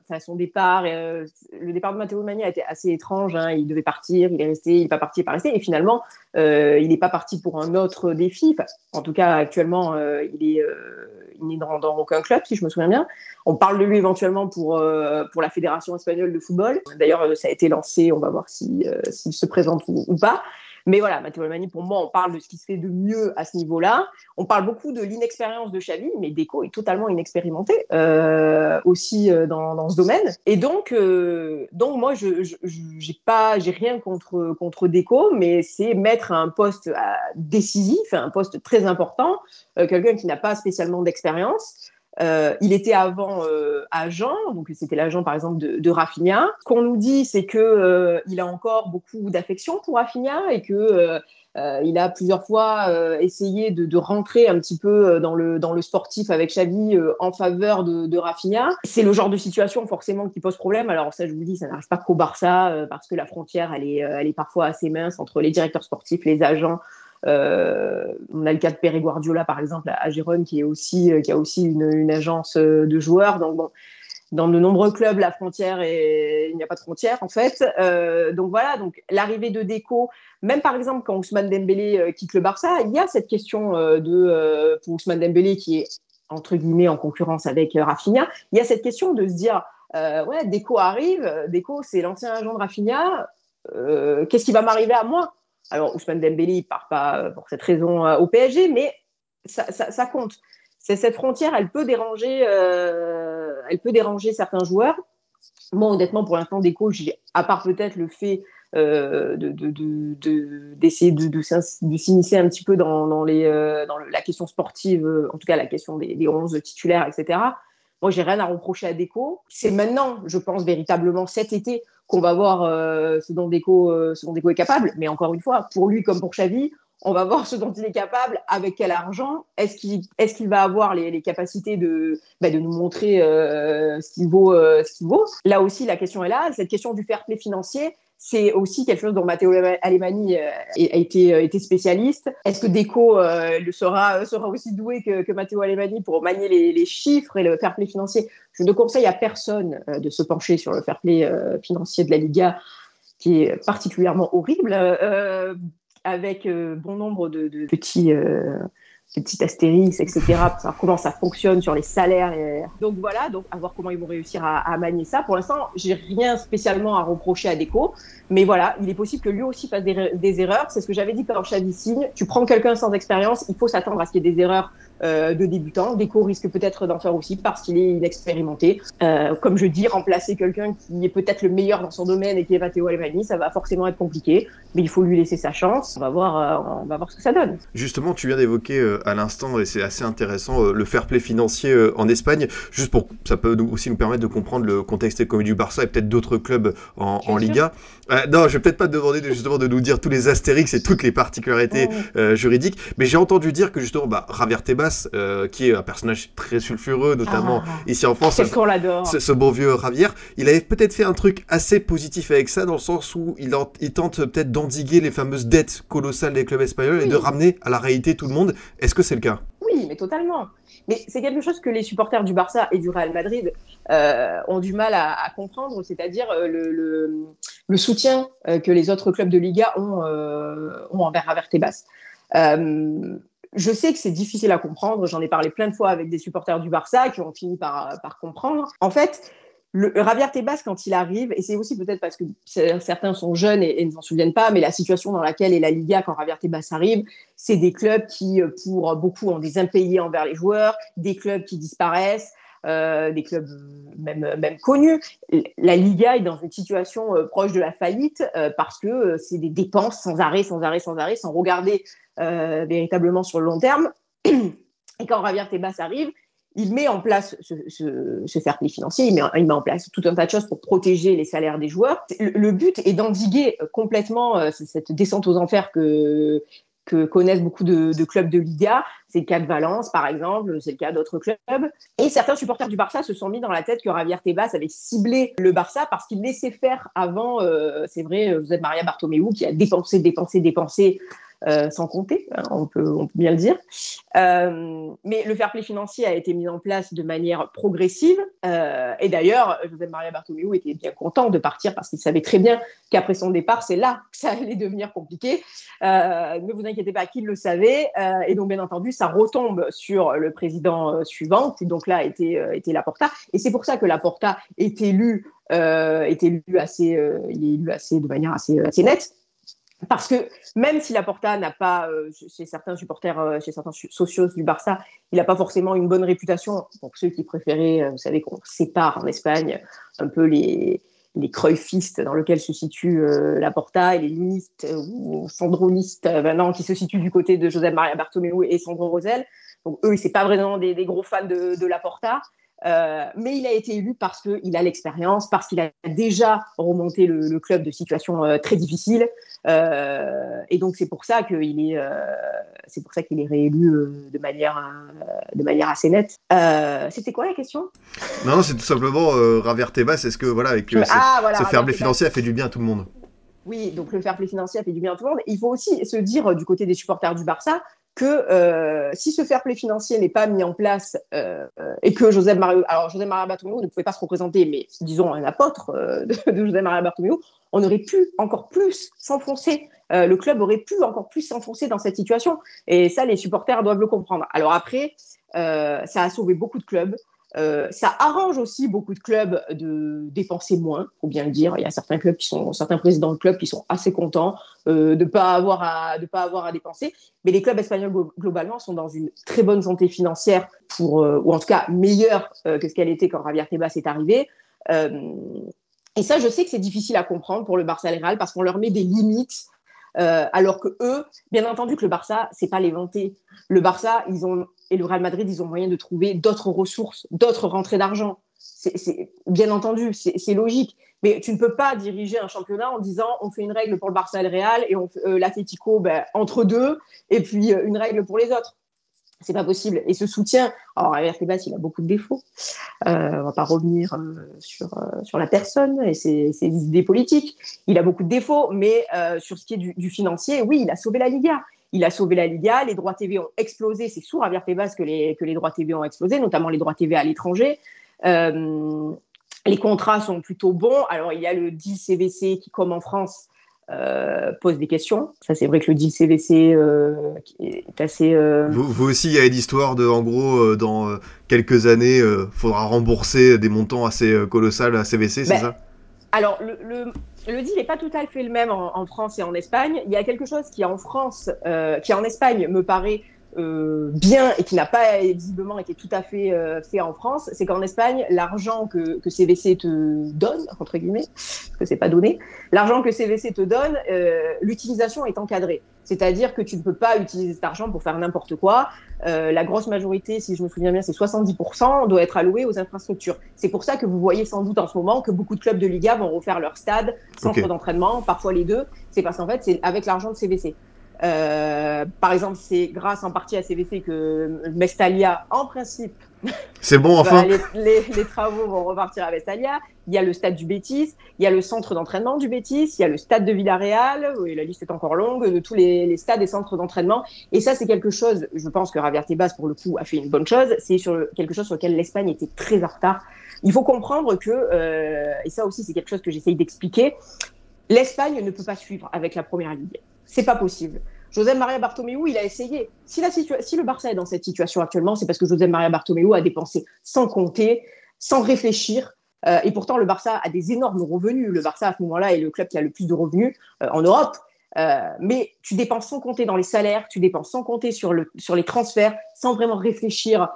de Matteo Alemany a été assez étrange. Il devait partir, il est resté, il n'est pas parti, il n'est pas resté. Et finalement, il n'est pas parti pour un autre défi. En tout cas, actuellement, il n'est dans aucun club, si je me souviens bien. On parle de lui éventuellement pour la Fédération espagnole de football. D'ailleurs, ça a été lancé. On va voir s'il se présente ou pas. Mais voilà, Matteo Alemany, pour moi, on parle de ce qui se fait de mieux à ce niveau-là. On parle beaucoup de l'inexpérience de Xavi, mais Deco est totalement inexpérimenté aussi dans ce domaine. Et donc moi, j'ai rien contre Deco, mais c'est mettre un poste décisif, un poste très important, quelqu'un qui n'a pas spécialement d'expérience. Il était avant agent, donc c'était l'agent par exemple de Rafinha. Ce qu'on nous dit, c'est que il a encore beaucoup d'affection pour Rafinha et que il a plusieurs fois essayé de rentrer un petit peu dans le sportif avec Xavi en faveur de Rafinha. C'est le genre de situation forcément qui pose problème. Alors ça, je vous dis, ça n'arrive pas qu'au Barça parce que la frontière, elle est parfois assez mince entre les directeurs sportifs, les agents. On a le cas de Pere Guardiola par exemple à Gérone qui a aussi une agence de joueurs. Donc bon, dans de nombreux clubs, la frontière il n'y a pas de frontière en fait. Donc voilà, donc l'arrivée de Deco, même par exemple quand Ousmane Dembélé quitte le Barça, il y a cette question pour Ousmane Dembélé qui est entre guillemets en concurrence avec Rafinha. Il y a cette question de se dire Deco arrive, Deco c'est l'ancien agent de Rafinha. Qu'est-ce qui va m'arriver à moi? Alors, Ousmane Dembélé ne part pas pour cette raison au PSG, mais ça compte. Cette frontière, elle peut déranger certains joueurs. Moi, honnêtement, pour l'instant, Deco, à part peut-être le fait d'essayer de s'immiscer un petit peu dans la question sportive, en tout cas la question des 11 titulaires, etc. Moi, j'ai rien à reprocher à Deco. C'est maintenant, je pense, véritablement cet été qu'on va voir ce dont Deco est capable. Mais encore une fois, pour lui comme pour Xavi, on va voir ce dont il est capable, avec quel argent. Est-ce qu'il va avoir les capacités de nous montrer ce qu'il vaut. Là aussi, la question est là. Cette question du fair play financier, c'est aussi quelque chose dont Matteo Alemany a été spécialiste. Est-ce que Deco sera aussi doué que Matteo Alemany pour manier les chiffres et le fair play financier? Je ne conseille à personne de se pencher sur le fair play financier de la Liga, qui est particulièrement horrible, avec bon nombre de petits astérisques, etc., pour savoir comment ça fonctionne sur les salaires. Donc voilà, à voir comment ils vont réussir à manier ça. Pour l'instant, j'ai rien spécialement à reprocher à Deco, mais voilà, il est possible que lui aussi fasse des erreurs. C'est ce que j'avais dit quand Xavi signe. Tu prends quelqu'un sans expérience, il faut s'attendre à ce qu'il y ait des erreurs de débutants. Deco risque peut-être d'en faire aussi parce qu'il est inexpérimenté. Comme je dis, remplacer quelqu'un qui est peut-être le meilleur dans son domaine et qui est Matteo Alemany, ça va forcément être compliqué, mais il faut lui laisser sa chance. On va voir ce que ça donne. Justement, tu viens d'évoquer à l'instant, et c'est assez intéressant, le fair play financier en Espagne. Juste ça peut aussi nous permettre de comprendre le contexte économique du Barça et peut-être d'autres clubs en Liga. Non, je vais peut-être pas te demander justement de nous dire tous les astérix et toutes les particularités juridiques, mais j'ai entendu dire que justement Javier Tebas, qui est un personnage très sulfureux, notamment ici en France, qu'est-ce qu'on l'adore, ce bon vieux Javier, il avait peut-être fait un truc assez positif avec ça, dans le sens où il tente peut-être d'endiguer les fameuses dettes colossales des clubs espagnols et de ramener à la réalité tout le monde. Est-ce que c'est le cas? Oui, mais totalement. Mais c'est quelque chose que les supporters du Barça et du Real Madrid ont du mal à comprendre, c'est-à-dire le soutien que les autres clubs de Liga ont envers Javier Tebas. Je sais que c'est difficile à comprendre, j'en ai parlé plein de fois avec des supporters du Barça qui ont fini par comprendre. En fait, Javier Tebas, quand il arrive, et c'est aussi peut-être parce que certains sont jeunes et ne s'en souviennent pas, mais la situation dans laquelle est la Liga quand Javier Tebas arrive, c'est des clubs qui, pour beaucoup, ont des impayés envers les joueurs, des clubs qui disparaissent, des clubs même connus. La Liga est dans une situation proche de la faillite parce que c'est des dépenses sans arrêt, sans regarder véritablement sur le long terme. Et quand Javier Tebas arrive, il met en place ce fair play financier, il met en place tout un tas de choses pour protéger les salaires des joueurs. Le but est d'endiguer complètement cette descente aux enfers que connaissent beaucoup de clubs de Liga. C'est le cas de Valence, par exemple, c'est le cas d'autres clubs. Et certains supporters du Barça se sont mis dans la tête que Javier Tebas avait ciblé le Barça parce qu'il laissait faire avant, c'est vrai, Josep Maria Bartomeu, qui a dépensé sans compter, hein, on peut bien le dire. Mais le fair play financier a été mis en place de manière progressive. Et d'ailleurs, Josep Maria Bartomeu était bien content de partir parce qu'il savait très bien qu'après son départ, c'est là que ça allait devenir compliqué. Ne vous inquiétez pas, qu'il le savait. Et donc, bien entendu, ça retombe sur le président suivant, qui donc là était Laporta. Et c'est pour ça que Laporta est élu de manière assez nette. Parce que même si Laporta n'a pas, chez certains supporters, chez certains socios du Barça, il n'a pas forcément une bonne réputation. Pour ceux qui préféraient, vous savez qu'on sépare en Espagne un peu les cruyffistes dans lesquels se situe Laporta et les lunistes ou sandronistes maintenant qui se situent du côté de Josep Maria Bartomeu et Sandro Rosell. Donc eux, c'est pas vraiment des gros fans de Laporta. Mais il a été élu parce qu'il a l'expérience, parce qu'il a déjà remonté le club de situations très difficiles, et donc c'est pour ça qu'il est réélu de manière assez nette. C'était quoi la question ? Non, c'est tout simplement Javier Tebas. Est-ce que avec ce fair play financier a fait du bien à tout le monde ? Oui, donc le fair play financier a fait du bien à tout le monde. Il faut aussi se dire du côté des supporters du Barça que si ce fair play financier n'est pas mis en place et que Josep Maria Bartomeu ne pouvait pas se représenter, mais disons un apôtre de Josep Maria Bartomeu, on aurait pu encore plus s'enfoncer. Le club aurait pu encore plus s'enfoncer dans cette situation. Et ça, les supporters doivent le comprendre. Alors après, ça a sauvé beaucoup de clubs. Ça arrange aussi beaucoup de clubs de dépenser moins, faut bien le dire. Il y a certains présidents de clubs qui sont assez contents de pas avoir à dépenser. Mais les clubs espagnols globalement sont dans une très bonne santé financière ou en tout cas meilleure que ce qu'elle était quand Javier Tebas est arrivé. Et ça, je sais que c'est difficile à comprendre pour le Barça et le Real parce qu'on leur met des limites, alors que eux, bien entendu que le Barça, c'est pas les vanter. Le Barça, et le Real Madrid, ils ont moyen de trouver d'autres ressources, d'autres rentrées d'argent. Bien entendu, c'est logique. Mais tu ne peux pas diriger un championnat en disant on fait une règle pour le Barça et le Real et l'Atlético entre deux, et puis une règle pour les autres. C'est pas possible. Et ce soutien, alors Javier Tebas, il a beaucoup de défauts. On va pas revenir sur la personne et ses idées politiques. Il a beaucoup de défauts, mais sur ce qui est du financier, oui, il a sauvé la Liga. Il a sauvé la Liga, les droits TV ont explosé. C'est sous Javier Tebas que les droits TV ont explosé, notamment les droits TV à l'étranger. Les contrats sont plutôt bons. Alors, il y a le deal CVC qui, comme en France, pose des questions. Ça, c'est vrai que le deal CVC est assez... Vous aussi, il y a l'histoire de, en gros, dans quelques années, faudra rembourser des montants assez colossals à CVC, c'est ça? Alors, le deal n'est pas tout à fait le même en France et en Espagne. Il y a quelque chose qui, en France, qui en Espagne, me paraît bien et qui n'a pas visiblement été tout à fait fait en France, c'est qu'en Espagne, l'argent que CVC te donne, entre guillemets, parce que c'est pas donné, l'argent que CVC te donne, l'utilisation est encadrée. C'est-à-dire que tu ne peux pas utiliser cet argent pour faire n'importe quoi. La grosse majorité, si je me souviens bien, c'est 70%, doit être alloué aux infrastructures. C'est pour ça que vous voyez sans doute en ce moment que beaucoup de clubs de Liga vont refaire leur stade, centre d'entraînement, parfois les deux. C'est parce qu'en fait, c'est avec l'argent de CVC. Par exemple, c'est grâce en partie à CVC que Mestalla, en principe, c'est bon, enfin. Les travaux vont repartir à Mestalla. Il y a le stade du Betis, il y a le centre d'entraînement du Betis, il y a le stade de Villarreal, oui, la liste est encore longue, de tous les stades et centres d'entraînement. Et ça, c'est quelque chose, je pense que Javier Tebas, pour le coup, a fait une bonne chose. C'est quelque chose sur lequel l'Espagne était très en retard. Il faut comprendre que, et ça aussi, c'est quelque chose que j'essaye d'expliquer, l'Espagne ne peut pas suivre avec la première ligue. C'est pas possible. José María Bartomeu, il a essayé. Si le Barça est dans cette situation actuellement, c'est parce que José María Bartomeu a dépensé sans compter, sans réfléchir. Et pourtant, le Barça a des énormes revenus. Le Barça, à ce moment-là, est le club qui a le plus de revenus en Europe. Mais tu dépenses sans compter dans les salaires, tu dépenses sans compter sur les transferts, sans vraiment réfléchir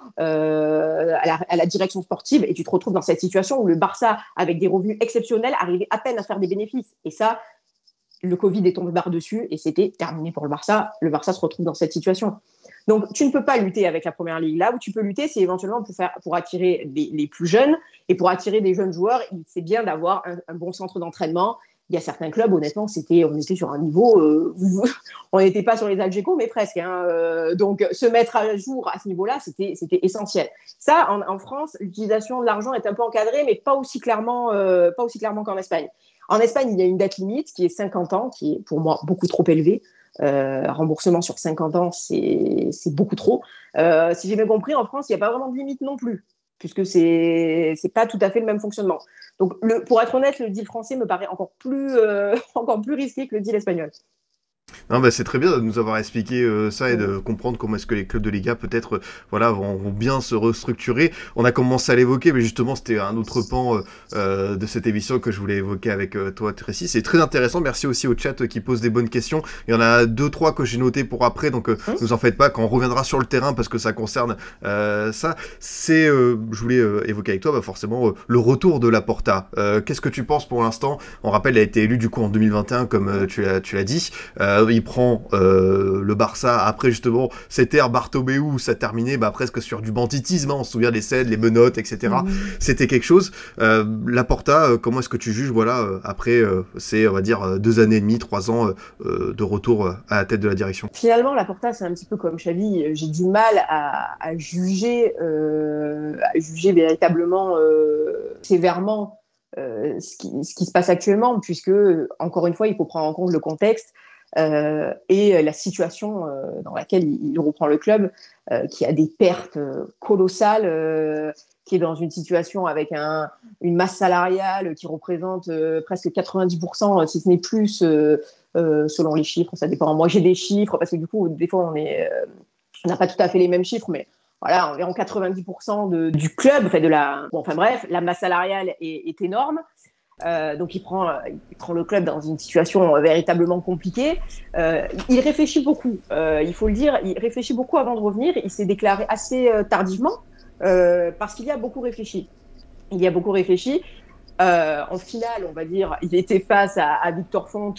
à la direction sportive. Et tu te retrouves dans cette situation où le Barça, avec des revenus exceptionnels, arrivait à peine à faire des bénéfices. Et ça, le Covid est tombé par-dessus et c'était terminé pour le Barça. Le Barça se retrouve dans cette situation. Donc, tu ne peux pas lutter avec la première ligue. Là où tu peux lutter, c'est éventuellement pour attirer les plus jeunes. Et pour attirer des jeunes joueurs, c'est bien d'avoir un bon centre d'entraînement. Il y a certains clubs, honnêtement, on était sur un niveau... on n'était pas sur les Algeco, mais presque. Donc, se mettre à jour à ce niveau-là, c'était essentiel. Ça, en France, l'utilisation de l'argent est un peu encadrée, mais pas aussi clairement qu'en Espagne. En Espagne, il y a une date limite qui est 50 ans, qui est pour moi beaucoup trop élevée. Remboursement sur 50 ans, c'est beaucoup trop. Si j'ai bien compris, en France, il n'y a pas vraiment de limite non plus, puisque c'est pas tout à fait le même fonctionnement. Donc, pour être honnête, le deal français me paraît encore plus risqué que le deal espagnol. Non, c'est très bien de nous avoir expliqué ça et de comprendre comment est-ce que les clubs de Liga peut-être vont bien se restructurer. On a commencé à l'évoquer, mais justement c'était un autre pan de cette émission que je voulais évoquer avec toi, Tracy. C'est très intéressant. Merci aussi au chat qui pose des bonnes questions. Il y en a 2-3 que j'ai noté pour après, donc nous en faites pas quand on reviendra sur le terrain parce que ça concerne ça. Je voulais évoquer avec toi forcément le retour de Laporta. Qu'est-ce que tu penses pour l'instant? On rappelle, il a été élu du coup en 2021 comme tu l'as dit. Il prend le Barça après justement cette ère Bartomeu où ça terminait presque sur du banditisme, on se souvient des scènes, les menottes, etc. C'était quelque chose. Laporta, comment est-ce que tu juges après ces, on va dire, 2 années et demie, 3 ans de retour à la tête de la direction? Finalement, Laporta, c'est un petit peu comme Xavi. J'ai du mal à juger véritablement sévèrement ce qui se passe actuellement, puisque, encore une fois, il faut prendre en compte le contexte et la situation dans laquelle il reprend le club, qui a des pertes colossales, qui est dans une situation avec une masse salariale qui représente presque 90%, si ce n'est plus, selon les chiffres, ça dépend. Moi, j'ai des chiffres, parce que du coup, des fois, on n'a pas tout à fait les mêmes chiffres, mais voilà, environ 90% du club, la masse salariale est énorme. Donc il prend le club dans une situation véritablement compliquée. Il réfléchit beaucoup, il faut le dire, il réfléchit beaucoup avant de revenir. Il s'est déclaré assez tardivement parce qu'il y a beaucoup réfléchi. En finale, on va dire, il était face à Victor Font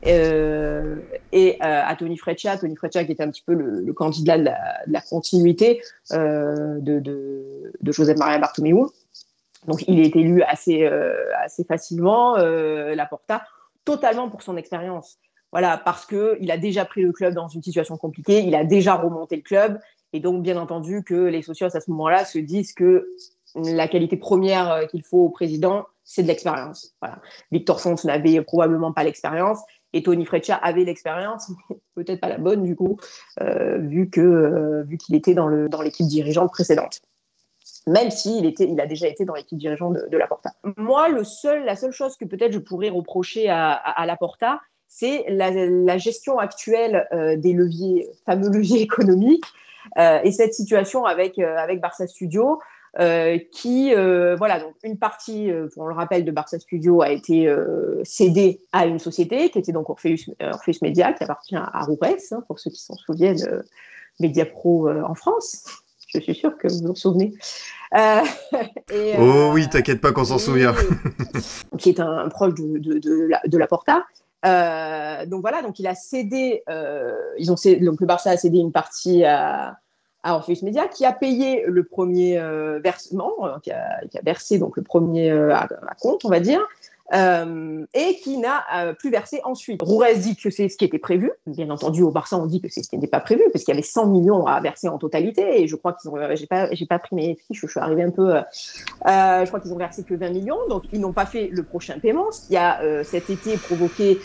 et à Tony Freccia. Tony Freccia qui était un petit peu le candidat de la continuité de Josep Maria Bartomeu. Donc, il est élu assez facilement, Laporta, totalement pour son expérience. Voilà, parce qu'il a déjà pris le club dans une situation compliquée, il a déjà remonté le club, et donc, bien entendu, que les socios, à ce moment-là, se disent que la qualité première qu'il faut au président, c'est de l'expérience. Voilà. Victor Font n'avait probablement pas l'expérience, et Tony Freccia avait l'expérience, mais peut-être pas la bonne, du coup, vu qu'il était dans l'équipe dirigeante précédente. Même s'il a déjà été dans l'équipe dirigeante de Laporta. Moi, la seule chose que peut-être je pourrais reprocher à Laporta, c'est la gestion actuelle des fameux leviers économiques, et cette situation avec Barça Studio, donc une partie, on le rappelle, de Barça Studio a été cédée à une société qui était donc Orpheus Media, qui appartient à Roures, pour ceux qui s'en souviennent, Mediapro en France. Je suis sûre que vous vous en souvenez. Oui, t'inquiète pas qu'on s'en souvient. Qui est un proche de Laporta. Donc voilà, donc il a cédé, donc le Barça a cédé une partie à Orpheus Media, qui a payé le premier versement, qui a versé donc le premier à compte, on va dire, et qui n'a plus versé ensuite. Roures dit que c'est ce qui était prévu. Bien entendu, au Barça, on dit que c'est ce qui n'était pas prévu, parce qu'il y avait 100 millions à verser en totalité, et je crois qu'ils ont, j'ai pas pris mes fiches, je suis arrivée un peu, je crois qu'ils ont versé que 20 millions, donc ils n'ont pas fait le prochain paiement, ce qui a cet été provoqué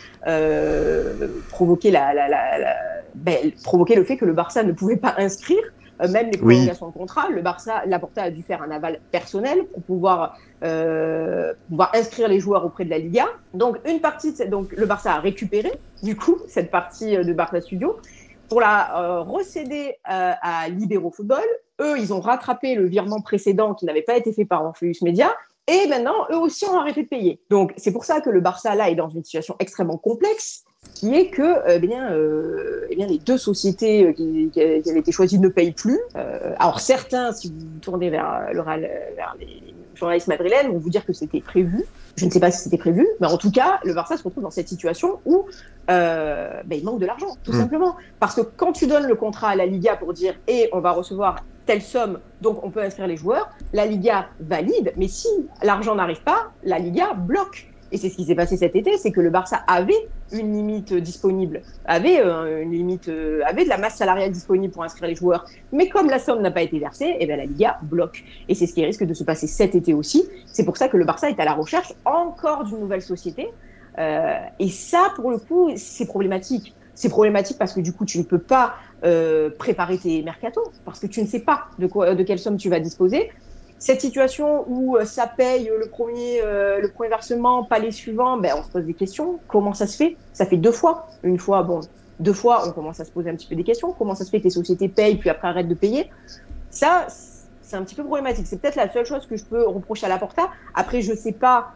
le fait que le Barça ne pouvait pas inscrire même les prolongations de contrat. Laporta a dû faire un aval personnel pour pouvoir inscrire les joueurs auprès de la Liga. Donc, donc le Barça a récupéré, du coup, cette partie de Barça Studio pour la recéder à Libero Football. Eux, ils ont rattrapé le virement précédent qui n'avait pas été fait par Orpheus Media. Et maintenant, eux aussi ont arrêté de payer. Donc, c'est pour ça que le Barça, là, est dans une situation extrêmement complexe, qui est que les deux sociétés qui avaient été choisies ne payent plus. Alors, certains, si vous tournez vers les journalistes madrilènes, vont vous dire que c'était prévu. Je ne sais pas si c'était prévu, mais en tout cas, le Barça se retrouve dans cette situation où il manque de l'argent, tout simplement. Parce que quand tu donnes le contrat à la Liga pour dire « et on va recevoir telle somme, donc on peut inscrire les joueurs », la Liga valide, mais si l'argent n'arrive pas, la Liga bloque. Et c'est ce qui s'est passé cet été, c'est que le Barça avait une limite disponible, avait de la masse salariale disponible pour inscrire les joueurs, mais comme la somme n'a pas été versée, la Liga bloque. Et c'est ce qui risque de se passer cet été aussi. C'est pour ça que le Barça est à la recherche encore d'une nouvelle société. Et ça, pour le coup, c'est problématique. C'est problématique parce que du coup, tu ne peux pas préparer tes mercatos, parce que tu ne sais pas de quelle somme tu vas disposer. Cette situation où ça paye le premier versement, pas les suivants, on se pose des questions. Comment ça se fait ? Ça fait deux fois. Deux fois, on commence à se poser un petit peu des questions. Comment ça se fait que les sociétés payent, puis après arrêtent de payer ? Ça, c'est un petit peu problématique. C'est peut-être la seule chose que je peux reprocher à Laporta. Après, je sais pas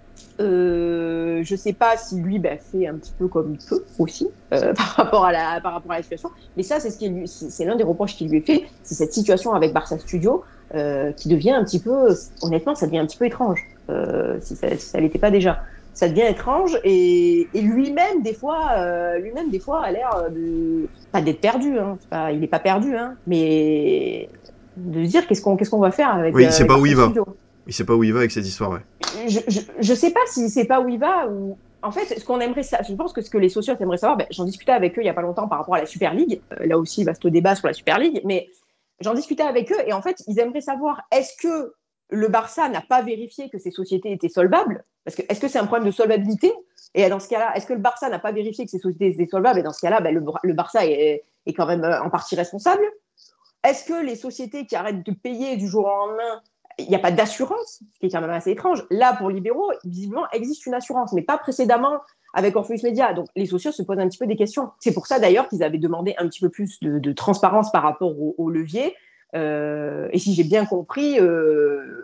si lui fait un petit peu comme il peut aussi par rapport à la situation. Mais ça, c'est l'un des reproches qui lui est fait. C'est cette situation avec Barça Studio qui devient un petit peu, honnêtement, ça devient un petit peu étrange. Si ça l'était pas déjà. Ça devient étrange et lui-même des fois a l'air pas d'être perdu. Il n'est pas perdu, mais de se dire qu'est-ce qu'on va faire avec. Oui, il sait pas où il va. Il sait pas où il va avec cette histoire, ouais. Je sais pas s'il sait pas où il va ou. En fait, ce qu'on aimerait, je pense que ce que les socios aimeraient savoir, j'en discutais avec eux il y a pas longtemps par rapport à la Super League. Là aussi, vaste débat sur la Super League, mais j'en discutais avec eux et en fait, ils aimeraient savoir est-ce que le Barça n'a pas vérifié que ces sociétés étaient solvables ? Parce que est-ce que c'est un problème de solvabilité ? Et dans ce cas-là, est-ce que le Barça n'a pas vérifié que ces sociétés étaient solvables ? Et dans ce cas-là, le Barça est quand même en partie responsable. Est-ce que les sociétés qui arrêtent de payer du jour au lendemain, il n'y a pas d'assurance, ce qui est quand même assez étrange. Là, pour Libero, visiblement, existe une assurance, mais pas précédemment avec Orpheus Media. Donc, les socios se posent un petit peu des questions. C'est pour ça, d'ailleurs, qu'ils avaient demandé un petit peu plus de transparence par rapport au levier. Et si j'ai bien compris,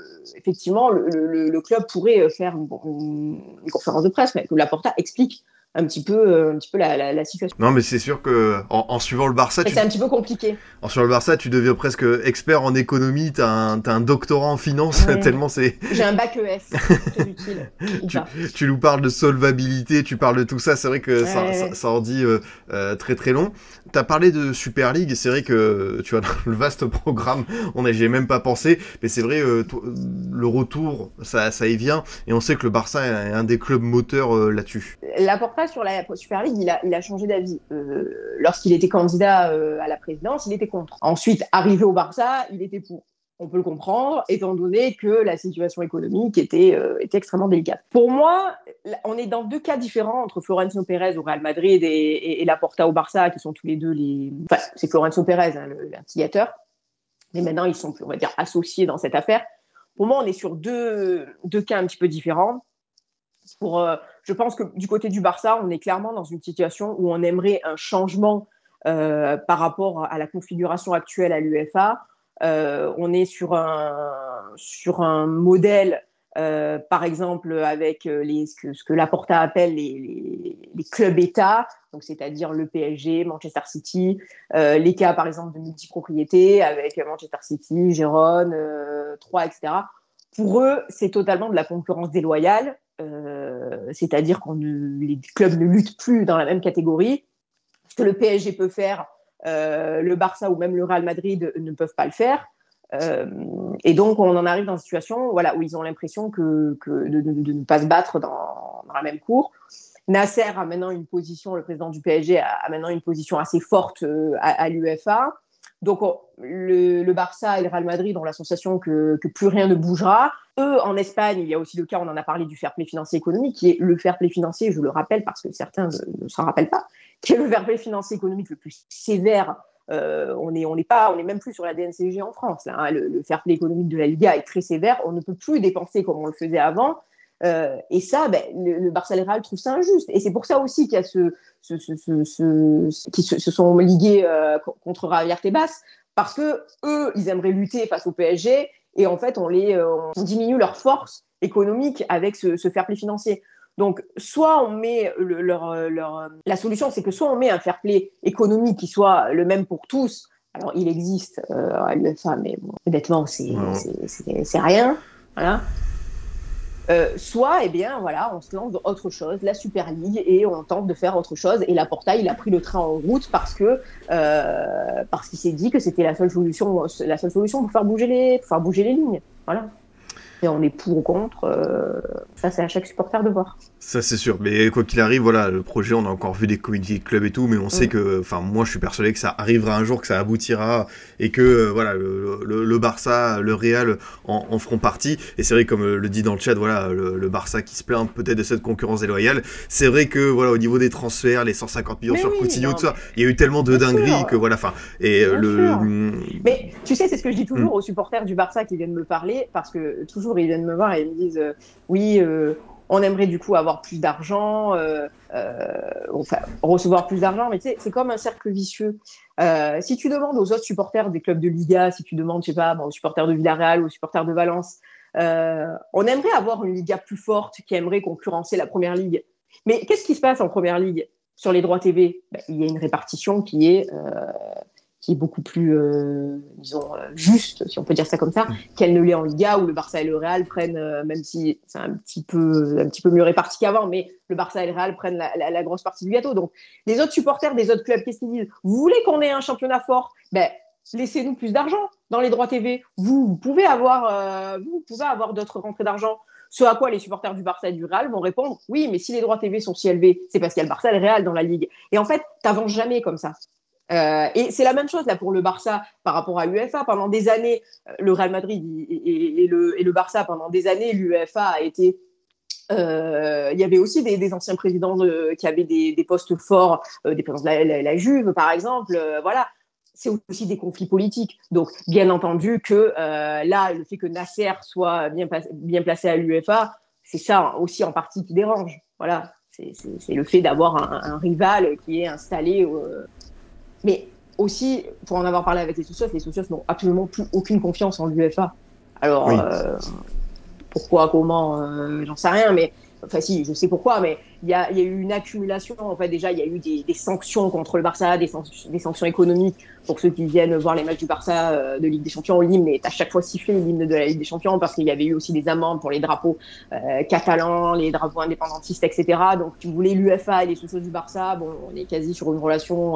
effectivement, le club pourrait faire une conférence de presse, mais que Laporta explique un petit peu la situation. Non, mais c'est sûr que en suivant le Barça, c'est un petit peu compliqué. En suivant le Barça, tu deviens presque expert en économie, t'as un doctorat en finance, tellement c'est... J'ai un bac ES, très utile. Tu nous parles de solvabilité, tu parles de tout ça, c'est vrai que ça en dit très très long. T'as parlé de Super League, c'est vrai que tu vois, dans le vaste programme, j'y ai même pas pensé, mais c'est vrai, le retour, ça y vient, et on sait que le Barça est un des clubs moteurs là-dessus. Laporta sur la Super League, il a changé d'avis. Lorsqu'il était candidat à la présidence, il était contre. Ensuite, arrivé au Barça, il était pour. On peut le comprendre, étant donné que la situation économique était extrêmement délicate. Pour moi, on est dans deux cas différents entre Florentino Pérez au Real Madrid et Laporta au Barça, qui sont tous les deux Enfin, c'est Florentino Pérez, l'instigateur. Mais maintenant, ils sont, on va dire, associés dans cette affaire. Pour moi, on est sur deux cas un petit peu différents. Je pense que du côté du Barça, on est clairement dans une situation où on aimerait un changement par rapport à la configuration actuelle à l'UEFA. On est sur un modèle, par exemple, avec ce que Laporta appelle les clubs-États, donc c'est-à-dire le PSG, Manchester City, les cas, par exemple, de multipropriété avec Manchester City, Gérone, Troyes, etc. Pour eux, c'est totalement de la concurrence déloyale, c'est-à-dire que les clubs ne luttent plus dans la même catégorie. Ce que le PSG peut faire, le Barça ou même le Real Madrid ne peuvent pas le faire. Et donc, on en arrive dans une situation où ils ont l'impression de ne pas se battre dans la même cour. Nasser a maintenant une position, le président du PSG a maintenant une position assez forte à l'UEFA. Donc, le Barça et le Real Madrid ont la sensation que plus rien ne bougera. Eux, en Espagne, il y a aussi le cas, on en a parlé, du fair play financier économique, qui est le fair play financier, je le rappelle parce que certains ne s'en rappellent pas, qui est le fair play financier économique le plus sévère. On est même plus sur la DNCG en France. Là, hein. Le fair play économique de la Liga est très sévère. On ne peut plus dépenser comme on le faisait avant. Et ça, le Barça et le Real trouvent ça injuste. Et c'est pour ça aussi qu'il y a qui se sont ligués contre Javier Tebas, parce que eux, ils aimeraient lutter face au PSG, et en fait, on diminue leur force économique avec ce fair play financier. Donc, soit on met la solution, c'est que soit on met un fair play économique qui soit le même pour tous. Alors, il existe à l'UEFA, mais bon, honnêtement, c'est rien. Voilà. Soit, on se lance dans autre chose, la Super League, et on tente de faire autre chose. Et Laporta, il a pris le train en route parce qu'il s'est dit que c'était la seule solution pour faire bouger les lignes. Voilà. Et on est pour ou contre, ça c'est à chaque supporter de voir. Ça c'est sûr, mais quoi qu'il arrive, voilà, le projet, on a encore vu des community clubs et tout, mais on sait que, moi je suis persuadé que ça arrivera un jour, que ça aboutira, et que voilà, le Barça, le Real en feront partie. Et c'est vrai, comme le dit dans le chat, voilà, le Barça qui se plaint peut-être de cette concurrence déloyale. C'est vrai que voilà, au niveau des transferts, les 150 millions sur Coutinho, tout ça, il y a eu tellement de dingueries que voilà, enfin, et Mais tu sais, c'est ce que je dis toujours aux supporters du Barça qui viennent me parler, parce que toujours ils viennent me voir et ils me disent on aimerait du coup avoir plus d'argent, recevoir plus d'argent, mais tu sais, c'est comme un cercle vicieux. Si tu demandes aux autres supporters des clubs de Liga, si tu demandes, je sais pas, aux supporters de Villarreal ou aux supporters de Valence, on aimerait avoir une Liga plus forte qui aimerait concurrencer la Première Ligue. Mais qu'est-ce qui se passe en Première Ligue sur les droits TV? Il y a une répartition qui est beaucoup plus, juste, si on peut dire ça comme ça, qu'elle ne l'est en Liga, où le Barça et le Real prennent, même si c'est un petit peu mieux réparti qu'avant, mais le Barça et le Real prennent la grosse partie du gâteau. Donc, les autres supporters des autres clubs, qu'est-ce qu'ils disent? Vous voulez qu'on ait un championnat fort? Laissez-nous plus d'argent dans les droits TV. Vous pouvez avoir d'autres rentrées d'argent. Ce à quoi les supporters du Barça et du Real vont répondre: oui, mais si les droits TV sont si élevés, c'est parce qu'il y a le Barça et le Real dans la Ligue. Et en fait, t'avances jamais comme ça. Et c'est la même chose là pour le Barça par rapport à l'UEFA. Pendant des années, le Real Madrid et le Barça, pendant des années, l'UEFA a été... il y avait aussi des anciens présidents qui avaient des postes forts, des présidents de la Juve, par exemple. Voilà. C'est aussi des conflits politiques. Donc, bien entendu que là, le fait que Nasser soit bien placé à l'UEFA, c'est ça aussi en partie qui dérange. Voilà. C'est le fait d'avoir un rival qui est installé... Mais aussi, pour en avoir parlé avec les socios n'ont absolument plus aucune confiance en l'UEFA. Alors, pourquoi, comment, j'en sais rien, mais Enfin si, je sais pourquoi, mais il y a eu une accumulation. En fait, déjà, il y a eu des sanctions contre le Barça, des sanctions économiques pour ceux qui viennent voir les matchs du Barça de Ligue des Champions. L'hymne est à chaque fois sifflé, l'hymne de la Ligue des Champions, parce qu'il y avait eu aussi des amendes pour les drapeaux catalans, les drapeaux indépendantistes, etc. Donc, si vous voulez, l'UEFA et les socios du Barça, bon, on est quasi sur une relation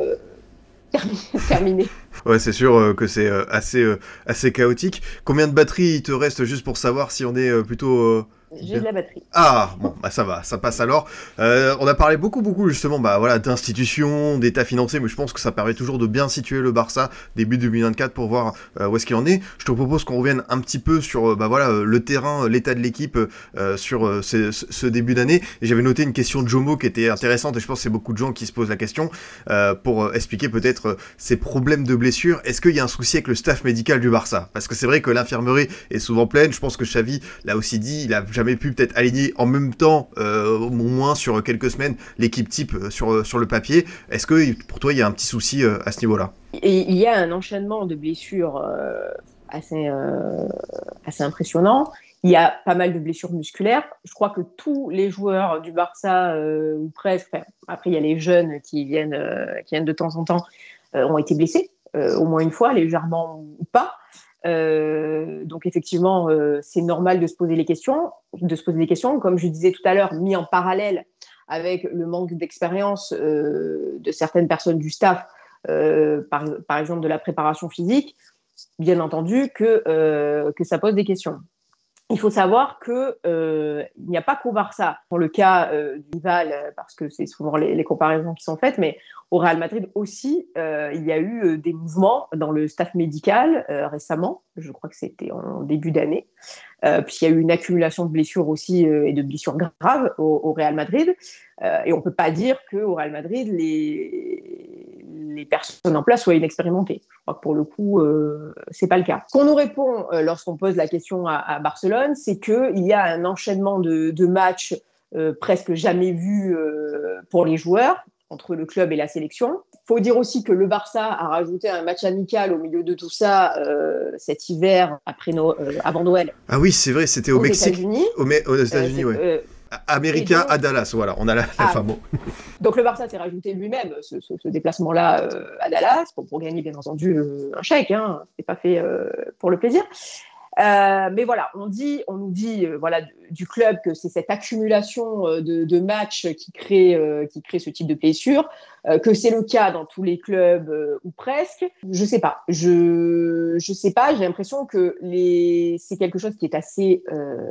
terminée. Ouais, c'est sûr que c'est assez chaotique. Combien de batteries il te reste juste pour savoir si on est plutôt... J'ai de la batterie. Ah, bon, bah ça va, ça passe alors. On a parlé beaucoup justement d'institutions, d'état financier, mais je pense que ça permet toujours de bien situer le Barça début 2024 pour voir où est-ce qu'il en est. Je te propose qu'on revienne un petit peu sur le terrain, l'état de l'équipe sur ce début d'année. Et j'avais noté une question de Jomo qui était intéressante et je pense que c'est beaucoup de gens qui se posent la question pour expliquer peut-être ces problèmes de blessures. Est-ce qu'il y a un souci avec le staff médical du Barça? Parce que c'est vrai que l'infirmerie est souvent pleine. Je pense que Xavi l'a aussi dit, il a jamais pu peut-être aligner en même temps, au moins sur quelques semaines, l'équipe type sur le papier. Est-ce que pour toi il y a un petit souci à ce niveau-là? Et il y a un enchaînement de blessures assez impressionnant. Il y a pas mal de blessures musculaires. Je crois que tous les joueurs du Barça, ou presque, après il y a les jeunes qui viennent de temps en temps, ont été blessés, au moins une fois, légèrement ou pas. Donc effectivement, c'est normal de se poser des questions. Comme je disais tout à l'heure, mis en parallèle avec le manque d'expérience de certaines personnes du staff, par exemple de la préparation physique, bien entendu que ça pose des questions. Il faut savoir qu'il n'y a pas qu'au Barça, dans le cas du rival, parce que c'est souvent les comparaisons qui sont faites, mais au Real Madrid aussi, il y a eu des mouvements dans le staff médical récemment, je crois que c'était en début d'année, puisqu'il y a eu une accumulation de blessures aussi et de blessures graves au Real Madrid. Et on ne peut pas dire qu'au Real Madrid, les personnes en place soient inexpérimentées. Je crois que pour le coup, ce n'est pas le cas. Ce qu'on nous répond lorsqu'on pose la question à Barcelone, c'est qu'il y a un enchaînement de matchs presque jamais vus pour les joueurs, entre le club et la sélection. Il faut dire aussi que le Barça a rajouté un match amical au milieu de tout ça cet hiver, avant Noël. Ah oui, c'est vrai, c'était au Mexique. États-Unis. Aux États-Unis, oui. Américain à Dallas, voilà, on a la fameux. Donc le Barça s'est rajouté lui-même ce déplacement-là à Dallas pour gagner bien entendu un chèque, hein. C'est pas fait pour le plaisir. Mais voilà, on nous dit du club que c'est cette accumulation de matchs qui crée ce type de blessure, que c'est le cas dans tous les clubs ou presque. Je sais pas, j'ai l'impression que c'est quelque chose qui est assez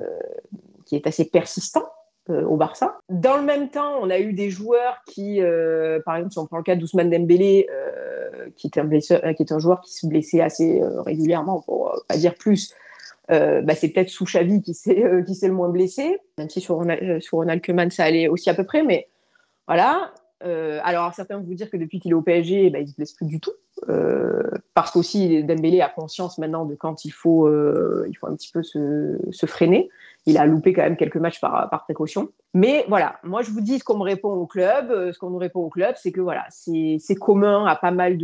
persistant au Barça. Dans le même temps, on a eu des joueurs qui, par exemple, si on prend le cas d'Ousmane Dembélé, qui est un joueur qui se blessait assez régulièrement, pour pas dire plus. C'est peut-être sous Xavi qui s'est le moins blessé, même si sur Ronald Koeman ça allait aussi à peu près, mais voilà. Alors certains vont vous dire que depuis qu'il est au PSG, il se blesse plus du tout, parce qu'aussi Dembélé a conscience maintenant de quand il faut un petit peu se freiner. Il a loupé quand même quelques matchs par précaution. Mais voilà, moi je vous dis ce qu'on nous répond au club, c'est que voilà, c'est commun à pas mal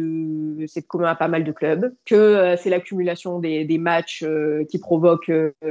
de clubs, que c'est l'accumulation des matchs qui provoque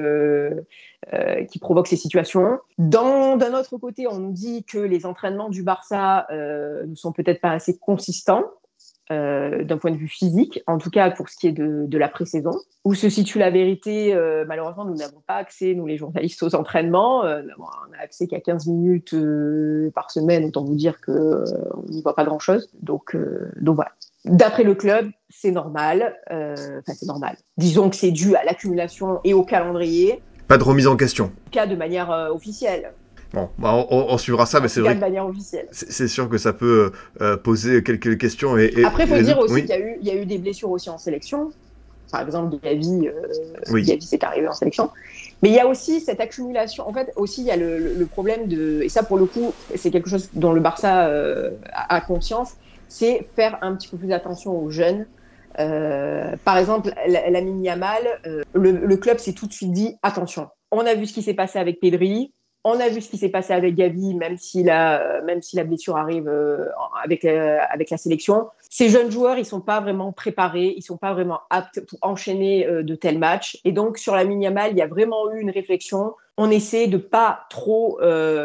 ces situations. D'un autre côté, on nous dit que les entraînements du Barça ne sont peut-être pas assez consistants. D'un point de vue physique, en tout cas pour ce qui est de la pré-saison. Où se situe la vérité, malheureusement, nous n'avons pas accès, nous les journalistes, aux entraînements. On n'a accès qu'à 15 minutes par semaine, autant vous dire qu'on n'y voit pas grand-chose. Donc voilà. D'après le club, c'est normal. C'est normal. Disons que c'est dû à l'accumulation et au calendrier. Pas de remise en question. En tout cas, de manière officielle. Bon, on suivra ça, mais c'est vrai. De manière officielle. C'est sûr que ça peut poser quelques questions. Après, il faut dire aussi qu'il y a eu des blessures aussi en sélection. Par exemple, Gavi s'est arrivé en sélection. Mais il y a aussi cette accumulation. En fait, aussi, il y a le problème et ça, pour le coup, c'est quelque chose dont le Barça a conscience, c'est faire un petit peu plus attention aux jeunes. Par exemple, Lamine Yamal, le club s'est tout de suite dit attention. On a vu ce qui s'est passé avec Pedri. On a vu ce qui s'est passé avec Gavi, même si la blessure arrive avec la sélection. Ces jeunes joueurs, ils sont pas vraiment préparés, ils sont pas vraiment aptes pour enchaîner de tels matchs. Et donc, sur Lamine Yamal, il y a vraiment eu une réflexion on essaie de pas trop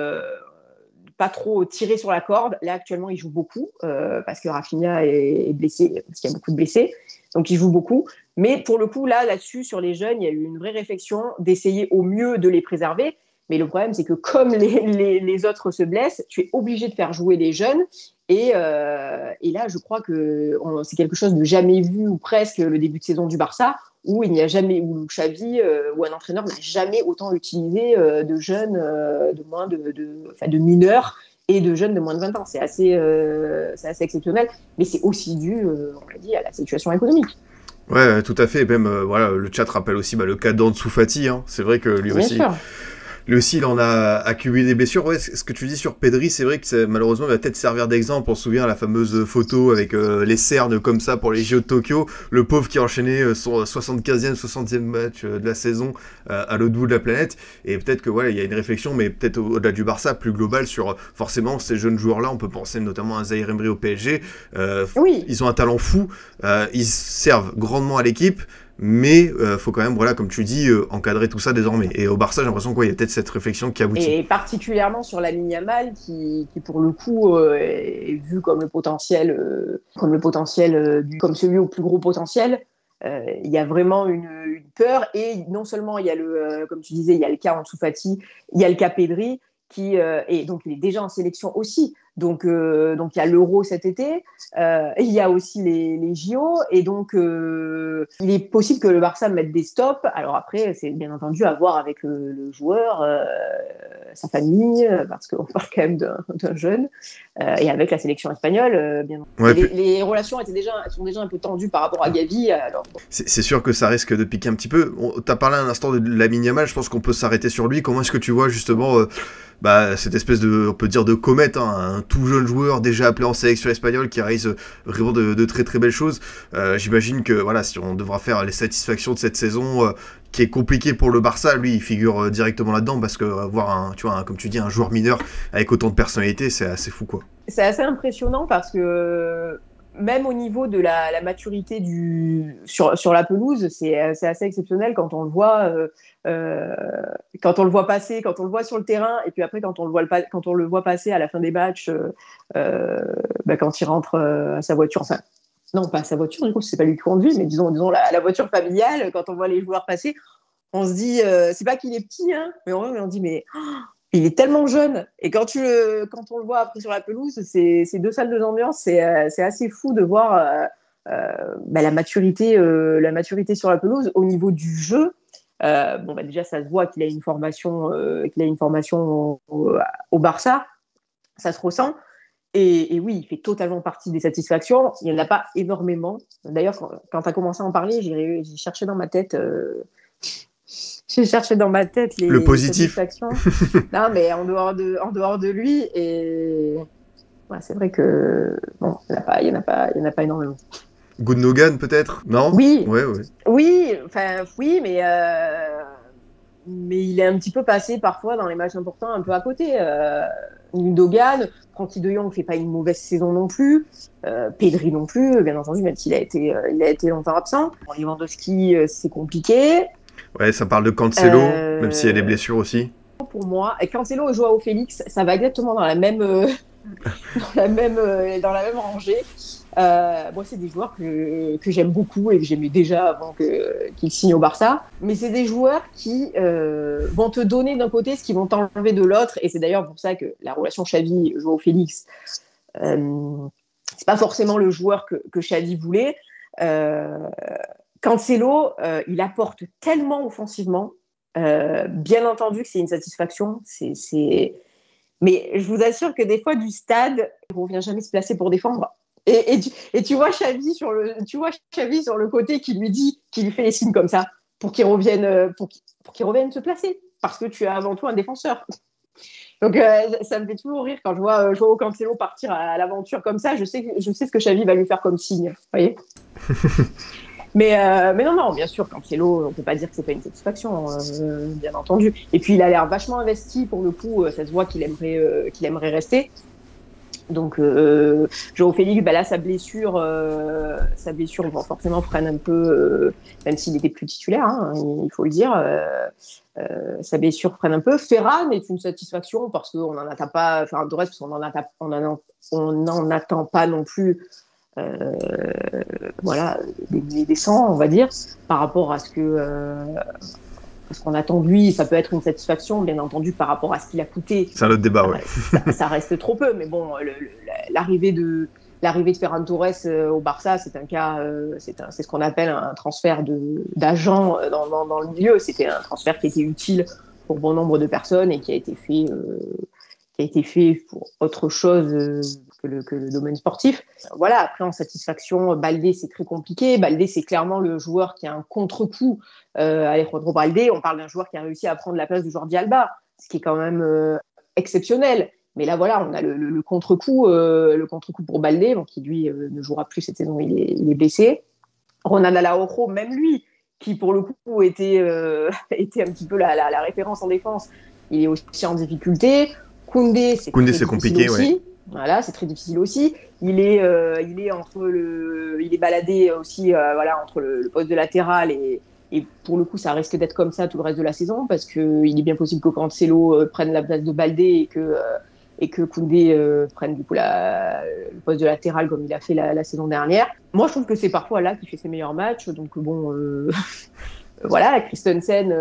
tirer sur la corde. Là, actuellement, il joue beaucoup parce que Rafinha est blessé, parce qu'il y a beaucoup de blessés. Donc, il joue beaucoup. Mais pour le coup, là-dessus, sur les jeunes, il y a eu une vraie réflexion d'essayer au mieux de les préserver. Mais le problème, c'est que comme les autres se blessent, tu es obligé de faire jouer les jeunes. Et là, je crois que c'est quelque chose de jamais vu, ou presque, le début de saison du Barça, où il n'y a jamais, où Xavi ou un entraîneur n'a jamais autant utilisé de jeunes de moins de mineurs et de jeunes de moins de 20 ans. C'est assez exceptionnel, mais c'est aussi dû, on l'a dit, à la situation économique. Ouais, tout à fait. Et même, voilà, le chat rappelle aussi le cas d'Ansu Fati. Hein. C'est vrai que lui Bien aussi. sûr. Lui aussi, il en a accumulé des blessures. Ouais, ce que tu dis sur Pedri, c'est vrai que malheureusement, il va peut-être servir d'exemple. On se souvient la fameuse photo avec les cernes comme ça pour les JO de Tokyo. Le pauvre qui a enchaîné son 75e, 60e match de la saison à l'autre bout de la planète. Et peut-être que voilà, il y a une réflexion, mais peut-être au-delà du Barça, plus globale sur forcément ces jeunes joueurs-là. On peut penser notamment à Zaïre Emery au PSG. Oui. Ils ont un talent fou. Ils servent grandement à l'équipe. Mais faut quand même, voilà, comme tu dis, encadrer tout ça désormais. Et au Barça, j'ai l'impression qu'il y a peut-être cette réflexion qui aboutit. Et particulièrement sur Lamine Yamal, qui pour le coup est vu comme le potentiel, comme celui au plus gros potentiel. Il y a vraiment une peur. Et non seulement il y a comme tu disais, il y a le cas Ansu Fati, il y a le cas Pedri, et donc il est déjà en sélection aussi. Donc il y a l'Euro cet été, il y a aussi les JO, et donc il est possible que le Barça mette des stops. Alors après, c'est bien entendu à voir avec le joueur, sa famille, parce qu'on parle quand même d'un jeune, et avec la sélection espagnole, bien entendu. Ouais, les relations sont déjà un peu tendues par rapport à Gavi. Alors, bon. C'est sûr que ça risque de piquer un petit peu. T'as parlé un instant de Lamine Yamal, je pense qu'on peut s'arrêter sur lui. Comment est-ce que tu vois justement cette espèce de, on peut dire, de comète, hein, un tout jeune joueur déjà appelé en sélection espagnole qui réalise vraiment de très très belles choses. J'imagine que voilà, si on devra faire les satisfactions de cette saison qui est compliquée pour le Barça, lui il figure directement là-dedans, parce que voir comme tu dis, un joueur mineur avec autant de personnalité, c'est assez fou quoi. C'est assez impressionnant parce que même au niveau de la maturité sur la pelouse, c'est assez exceptionnel quand on le voit passer, quand on le voit sur le terrain, et puis après quand on le voit passer à la fin des matchs, quand il rentre à sa voiture, enfin non, pas à sa voiture, du coup c'est pas lui qui conduit, mais disons la voiture familiale, quand on voit les joueurs passer, on se dit c'est pas qu'il est petit, hein, mais on dit mais il est tellement jeune, et quand on le voit après sur la pelouse, c'est deux salles de ambiance, c'est assez fou de voir la maturité sur la pelouse. Au niveau du jeu, déjà ça se voit qu'il a une formation au Barça, ça se ressent, et oui, il fait totalement partie des satisfactions. Il n'y en a pas énormément. D'ailleurs, quand tu as commencé à en parler, j'ai cherché dans ma tête. J'ai cherché dans ma tête le positif. Satisfactions. Non, mais en dehors de lui, et c'est vrai que bon, il y en a pas énormément. Gundogan peut-être, non? Oui. Ouais. Oui, mais il est un petit peu passé parfois dans les matchs importants un peu à côté. Gundogan, Frenkie de Jong fait pas une mauvaise saison non plus, Pedri non plus, bien entendu, même s'il a été longtemps absent. Lewandowski, c'est compliqué. Ouais, ça parle de Cancelo, même s'il y a des blessures aussi. Pour moi, et Cancelo et Joao Félix, ça va exactement dans la même rangée. Moi, c'est des joueurs que j'aime beaucoup et que j'aimais déjà avant qu'ils signent au Barça. Mais c'est des joueurs qui vont te donner d'un côté ce qu'ils vont t'enlever de l'autre. Et c'est d'ailleurs pour ça que la relation Xavi-Joao Félix, c'est pas forcément le joueur que Xavi voulait. Cancelo, il apporte tellement offensivement. Bien entendu que c'est une satisfaction. Mais je vous assure que des fois, du stade, il ne revient jamais se placer pour défendre. Et tu vois Xavi sur le côté qui lui fait les signes comme ça pour qu'il revienne se placer, parce que tu as avant tout un défenseur. Donc ça me fait toujours rire quand je vois Joao Cancelo partir à l'aventure comme ça. Je sais ce que Xavi va lui faire comme signe, vous voyez. Mais non, bien sûr, Cancelo, on peut pas dire que c'est pas une satisfaction, bien entendu. Et puis il a l'air vachement investi pour le coup. Ça se voit qu'il aimerait rester. Donc Joao Félix, là sa blessure forcément freine un peu, même s'il était plus titulaire, hein, il faut le dire. sa blessure freine un peu. Ferran est une satisfaction parce qu'on n'en attend pas, enfin de reste, on n'en attend pas non plus des 100, on va dire, par rapport à ce qu'on attend de lui. Ça peut être une satisfaction, bien entendu, par rapport à ce qu'il a coûté. C'est un autre débat, ouais. Ça reste trop peu, mais bon, l'arrivée de Ferran Torres au Barça, c'est un cas, c'est ce qu'on appelle un transfert d'agent dans le milieu. C'était un transfert qui était utile pour bon nombre de personnes et qui a été fait pour autre chose que le domaine sportif. Voilà, après en satisfaction, Baldé, c'est très compliqué. Baldé, c'est clairement le joueur qui a un contre-coup. Alejandro Baldé, on parle d'un joueur qui a réussi à prendre la place de Jordi Alba, ce qui est quand même exceptionnel. Mais là, voilà, on a le contre-coup pour Baldé, donc qui lui ne jouera plus cette saison, il est blessé. Ronald Araujo, même lui, qui pour le coup était un petit peu la référence en défense, il est aussi en difficulté. Koundé, c'est compliqué aussi. Ouais. Voilà, c'est très difficile aussi. Il est baladé aussi, entre le poste de latéral et pour le coup, ça risque d'être comme ça tout le reste de la saison parce que il est bien possible que Cancelo prenne la place de Baldé et que Koundé prenne du coup le poste de latéral comme il a fait la saison dernière. Moi, je trouve que c'est parfois là qu'il fait ses meilleurs matchs. Donc bon, voilà, Christensen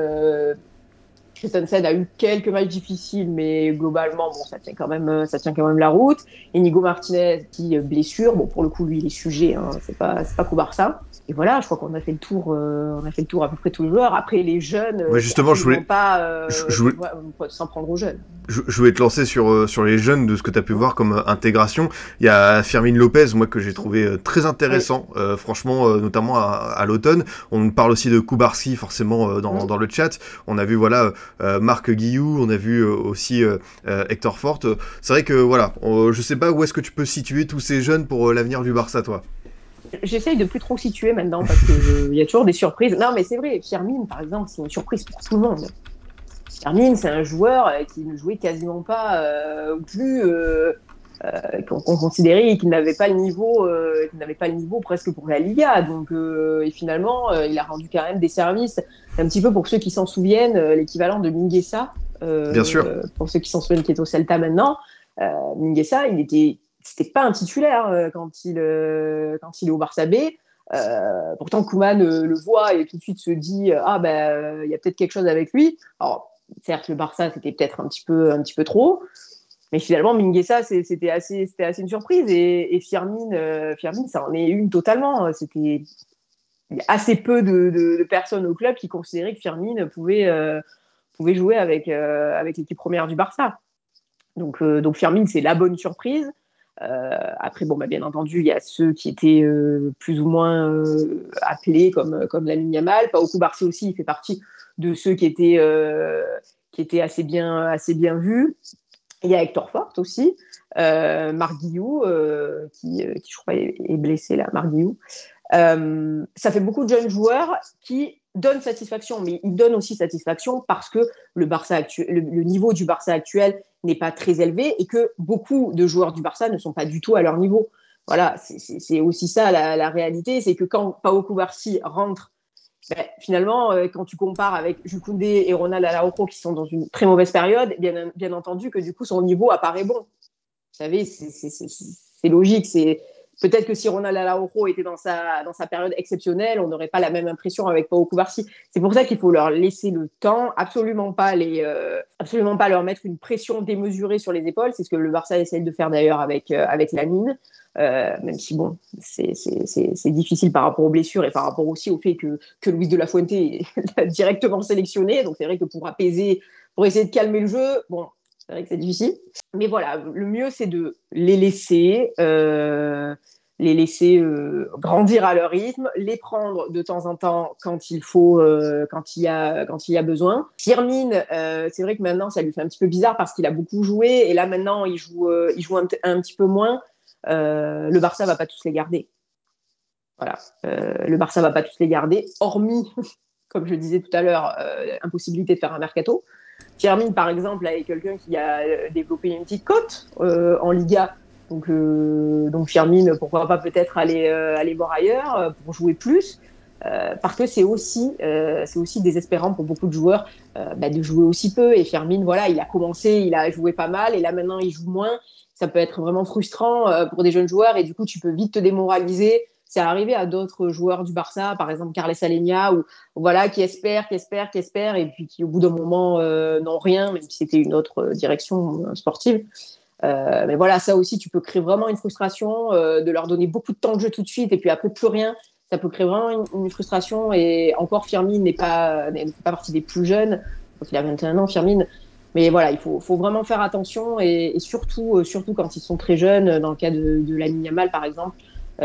a eu quelques matchs difficiles, mais globalement, bon, ça tient quand même la route. Inigo Martinez, qui blessure, bon, pour le coup, lui, il est sujet, hein, c'est pas qu'au Barça. Et voilà, je crois qu'on a fait le tour à peu près tous les joueurs. Après, les jeunes, ouais, justement, je voulais pas s'en prendre aux jeunes. Je voulais te lancer sur les jeunes, de ce que tu as pu voir comme intégration. Il y a Fermín Lopez, moi, que j'ai trouvé très intéressant, oui. Franchement, notamment à l'automne. On parle aussi de Kubarski, forcément, dans le chat. On a vu, voilà, Marc Guillou, on a vu aussi Hector Fort. C'est vrai que, voilà, je sais pas où est-ce que tu peux situer tous ces jeunes pour l'avenir du Barça, toi. J'essaye de plus trop situer maintenant parce qu'il y a toujours des surprises. Non, mais c'est vrai, Fermín, par exemple, c'est une surprise pour tout le monde. Fermín, c'est un joueur qui ne jouait quasiment pas ou plus, qu'on considérait qu'il n'avait pas le niveau presque pour la Liga. Donc, et finalement, il a rendu quand même des services, un petit peu pour ceux qui s'en souviennent, l'équivalent de Mingueza. Bien sûr. Pour ceux qui s'en souviennent, qui est au Celta maintenant, Mingueza, c'était pas un titulaire quand il est au Barça B. Pourtant, Koeman le voit et tout de suite se dit il y a peut-être quelque chose avec lui. Alors, certes, le Barça, c'était peut-être un petit peu trop, mais finalement, Mingueza, c'était assez une surprise. Et Firmin, ça en est une totalement. C'était assez peu de personnes au club qui considéraient que Firmin pouvait jouer avec l'équipe première du Barça. Donc Firmin, c'est la bonne surprise. Après, bien entendu, il y a ceux qui étaient plus ou moins appelés comme Lamine Yamal. Pau Cubarsí aussi, il fait partie de ceux qui étaient assez bien vus. Il y a Hector Fort aussi, Marc Guillou, qui je crois est blessé là, Marc Guillou. Ça fait beaucoup de jeunes joueurs qui donnent satisfaction, mais ils donnent aussi satisfaction parce que le niveau du Barça actuel n'est pas très élevé et que beaucoup de joueurs du Barça ne sont pas du tout à leur niveau. Voilà, c'est aussi ça la réalité, c'est que quand Pau Cubarsí rentre, finalement, quand tu compares avec Jules Koundé et Ronald Araujo qui sont dans une très mauvaise période, bien entendu que du coup son niveau apparaît bon. Vous savez, c'est logique, peut-être que si Ronald Araujo était dans sa période exceptionnelle, on n'aurait pas la même impression avec Pau Cubarsí. C'est pour ça qu'il faut leur laisser le temps, absolument pas leur mettre une pression démesurée sur les épaules. C'est ce que le Barça essaye de faire d'ailleurs avec Lamine, même si bon, c'est difficile par rapport aux blessures et par rapport aussi au fait que Luis de la Fuente l'a directement sélectionné. Donc c'est vrai que pour essayer de calmer le jeu, bon, c'est vrai que c'est difficile. Mais voilà, le mieux, c'est de les laisser grandir à leur rythme, les prendre de temps en temps quand il faut, quand il y a besoin. Firmin, c'est vrai que maintenant, ça lui fait un petit peu bizarre parce qu'il a beaucoup joué et là, maintenant, il joue un petit peu moins. Le Barça va pas tous les garder. Voilà. Le Barça va pas tous les garder, hormis, comme je le disais tout à l'heure, impossibilité de faire un mercato. Firmin, par exemple, est quelqu'un qui a développé une petite cote en Liga. Donc Firmin, pourquoi pas peut-être aller voir ailleurs pour jouer plus. parce que c'est aussi désespérant pour beaucoup de joueurs de jouer aussi peu. Et Firmine, voilà, il a commencé, il a joué pas mal, et là maintenant il joue moins. Ça peut être vraiment frustrant pour des jeunes joueurs, et du coup tu peux vite te démoraliser. C'est arrivé à d'autres joueurs du Barça, par exemple Carles Alenia, voilà, qui espèrent, et puis qui au bout d'un moment n'ont rien, même si c'était une autre direction sportive. Mais voilà, ça aussi, tu peux créer vraiment une frustration, de leur donner beaucoup de temps de jeu tout de suite, et puis après plus rien. Ça peut créer vraiment une frustration. Et encore, Firmine n'est pas partie des plus jeunes. Donc, il a 21 ans, Firmine. Mais voilà, il faut vraiment faire attention, et surtout quand ils sont très jeunes, dans le cas de Lamine Yamal, par exemple.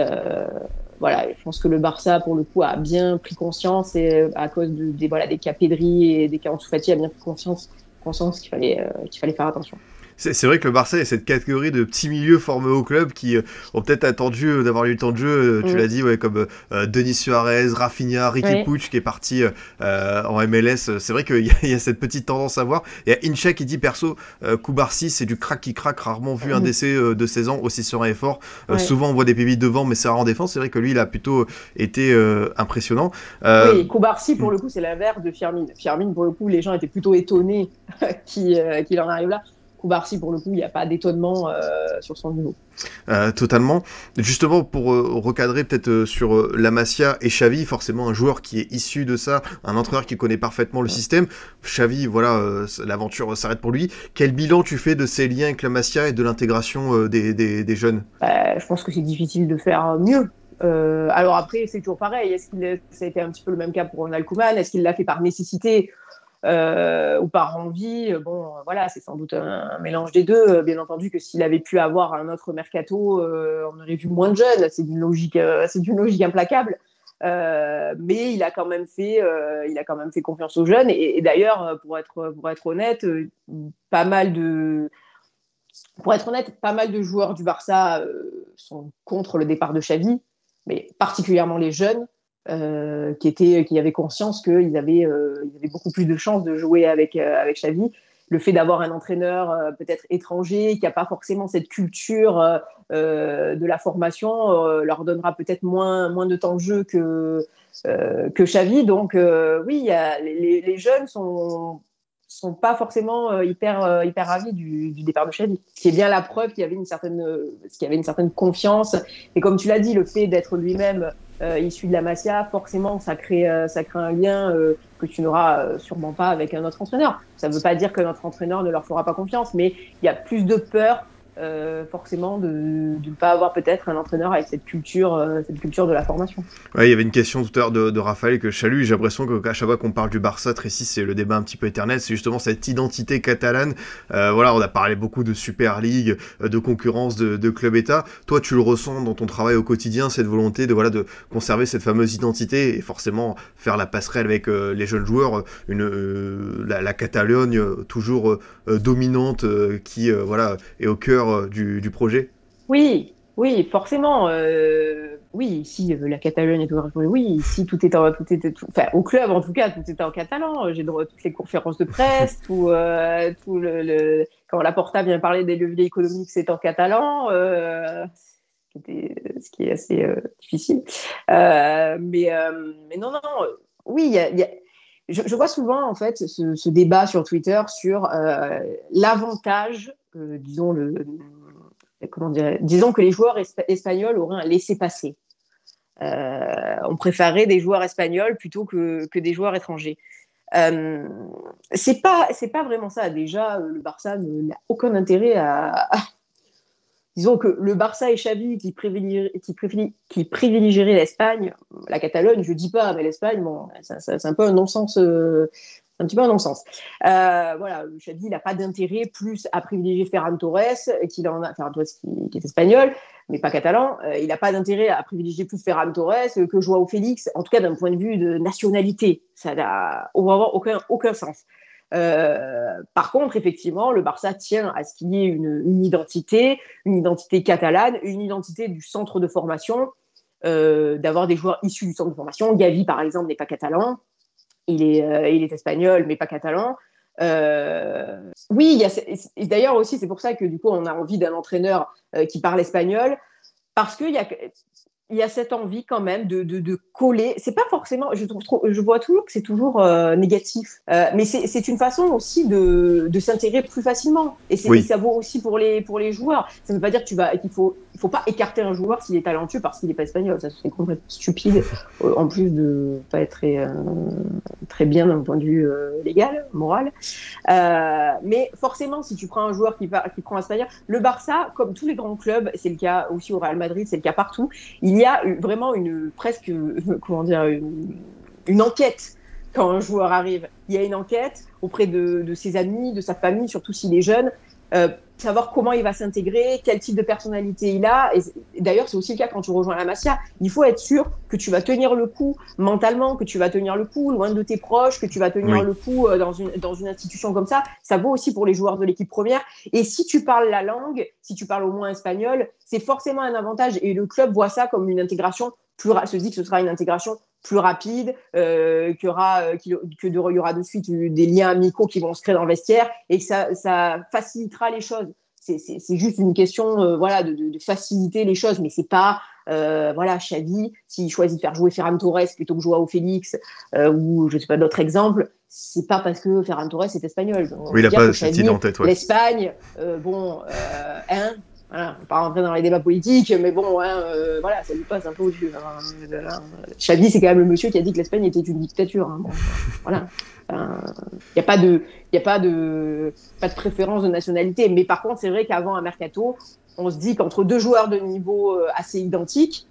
Voilà, je pense que le Barça, pour le coup, a bien pris conscience, et à cause des cas Pedri et des cas Ansu Fati, a bien pris conscience qu'il fallait faire attention. C'est vrai que le Barça est cette catégorie de petits milieux formés au club qui ont peut-être attendu d'avoir eu le temps de jeu, tu l'as dit, comme Denis Suarez, Rafinha, Riqui Puig qui est parti en MLS. C'est vrai qu'il y a cette petite tendance à voir. Il y a Incha qui dit perso, Koubarsi c'est du crack qui craque, rarement vu un décès de 16 ans aussi serein et fort. Souvent on voit des pépites devant, mais c'est rare en défense. C'est vrai que lui il a plutôt été impressionnant. Oui, Koubarsi pour le coup c'est l'inverse de Firmine. Firmine pour le coup les gens étaient plutôt étonnés qu'il en arrive là. Koubarsi, pour le coup, il n'y a pas d'étonnement sur son niveau. Totalement. Justement, pour recadrer peut-être sur La Masia et Xavi, forcément un joueur qui est issu de ça, un entraîneur qui connaît parfaitement le système. Xavi, voilà, l'aventure s'arrête pour lui. Quel bilan tu fais de ces liens avec La Masia et de l'intégration des jeunes ? Je pense que c'est difficile de faire mieux. Alors après, c'est toujours pareil. Ça a été un petit peu le même cas pour Ronald Koeman ? Est-ce qu'il l'a fait par nécessité ou par envie? Bon, voilà, c'est sans doute un mélange des deux. Bien entendu que s'il avait pu avoir un autre mercato, on aurait vu moins de jeunes. C'est d'une logique implacable. Mais il a quand même fait confiance aux jeunes. Et d'ailleurs, pour être honnête, pas mal de joueurs du Barça sont contre le départ de Xavi, mais particulièrement les jeunes. Qui avaient conscience qu'ils avaient beaucoup plus de chances de jouer avec Xavi. Le fait d'avoir un entraîneur peut-être étranger, qui n'a pas forcément cette culture de la formation, leur donnera peut-être moins de temps de jeu que Xavi. Donc oui, les jeunes sont pas forcément hyper ravis du départ de Xavi. C'est bien la preuve qu'il y avait une certaine confiance. Et comme tu l'as dit, le fait d'être lui-même issu de la Masia, forcément, ça crée un lien que tu n'auras sûrement pas avec un autre entraîneur. Ça ne veut pas dire que notre entraîneur ne leur fera pas confiance, mais il y a plus de peur forcément de ne pas avoir peut-être un entraîneur avec cette culture de la formation. Ouais, il y avait une question tout à l'heure de Raphaël que je salue. J'ai l'impression qu'à chaque fois qu'on parle du Barça, Tracy, c'est le débat un petit peu éternel. C'est justement cette identité catalane. Voilà, on a parlé beaucoup de Super League, de concurrence, de club État. Toi, tu le ressens dans ton travail au quotidien, cette volonté de conserver cette fameuse identité et forcément faire la passerelle avec les jeunes joueurs, la Catalogne toujours dominante qui est au cœur du projet. Oui, forcément. Oui, ici, la Catalogne est toujours... Oui, ici, tout est enfin, au club, en tout cas, tout est en catalan. J'ai droit à toutes les conférences de presse, quand Laporta vient parler des leviers économiques, c'est en catalan, ce qui est assez difficile. Mais non, oui, je vois souvent, en fait, ce débat sur Twitter sur l'avantage, disons que les joueurs espagnols auraient un laissez-passer. On préférerait des joueurs espagnols plutôt que des joueurs étrangers. C'est pas vraiment ça. Déjà, le Barça n'a aucun intérêt à... Disons que le Barça et Xavi qui privilégieraient l'Espagne, la Catalogne, je dis pas, mais l'Espagne, bon, c'est un peu un non-sens. Un petit peu un non-sens. Voilà, Xavi, il n'a pas d'intérêt plus à privilégier Ferran Torres, Ferran Torres qui est espagnol, mais pas catalan. Il n'a pas d'intérêt à privilégier plus Ferran Torres que Joao Félix, en tout cas d'un point de vue de nationalité. Ça n'a aucun sens. Par contre, effectivement, le Barça tient à ce qu'il y ait une identité catalane, une identité du centre de formation, d'avoir des joueurs issus du centre de formation. Gavi, par exemple, n'est pas catalan. Il est espagnol, mais pas catalan. Oui, et d'ailleurs aussi, c'est pour ça que du coup, on a envie d'un entraîneur qui parle espagnol, parce qu'il y il y a cette envie quand même de coller. C'est pas forcément, je vois toujours que c'est toujours négatif, mais c'est une façon aussi de s'intégrer plus facilement. Et ça vaut aussi pour les joueurs. Ça ne veut pas dire qu'il faut pas écarter un joueur s'il est talentueux parce qu'il n'est pas espagnol. Ça serait complètement stupide, en plus de pas être très bien d'un point de vue légal, moral. Mais forcément, si tu prends un joueur qui prend espagnol, le Barça, comme tous les grands clubs, c'est le cas aussi au Real Madrid, c'est le cas partout. Il y a vraiment une enquête quand un joueur arrive. Il y a une enquête auprès de ses amis, de sa famille, surtout s'il est jeune, savoir comment il va s'intégrer, quel type de personnalité il a. Et d'ailleurs, c'est aussi le cas quand tu rejoins la Masia. Il faut être sûr que tu vas tenir le coup mentalement, que tu vas tenir le coup loin de tes proches, que tu vas tenir le coup dans une institution comme ça. Ça vaut aussi pour les joueurs de l'équipe première. Et si tu parles la langue, si tu parles au moins espagnol, c'est forcément un avantage. Et le club voit ça comme une intégration se dit que ce sera une intégration plus rapide, qu'il y aura de suite des liens amicaux qui vont se créer dans le vestiaire et que ça facilitera les choses. C'est juste une question de faciliter les choses, mais c'est pas Xavi, s'il choisit de faire jouer Ferran Torres plutôt que Joao Félix ou je sais pas d'autres exemples, c'est pas parce que Ferran Torres est espagnol. Oui, il a pas cette idée en tête. Ouais. L'Espagne, voilà, on va pas rentrer dans les débats politiques, mais bon, ça lui passe un peu au-dessus. Xavi, c'est quand même le monsieur qui a dit que l'Espagne était une dictature. Bon, voilà. Il n'y a pas de préférence de nationalité. Mais par contre, c'est vrai qu'avant un mercato, on se dit qu'entre deux joueurs de niveau assez identiques,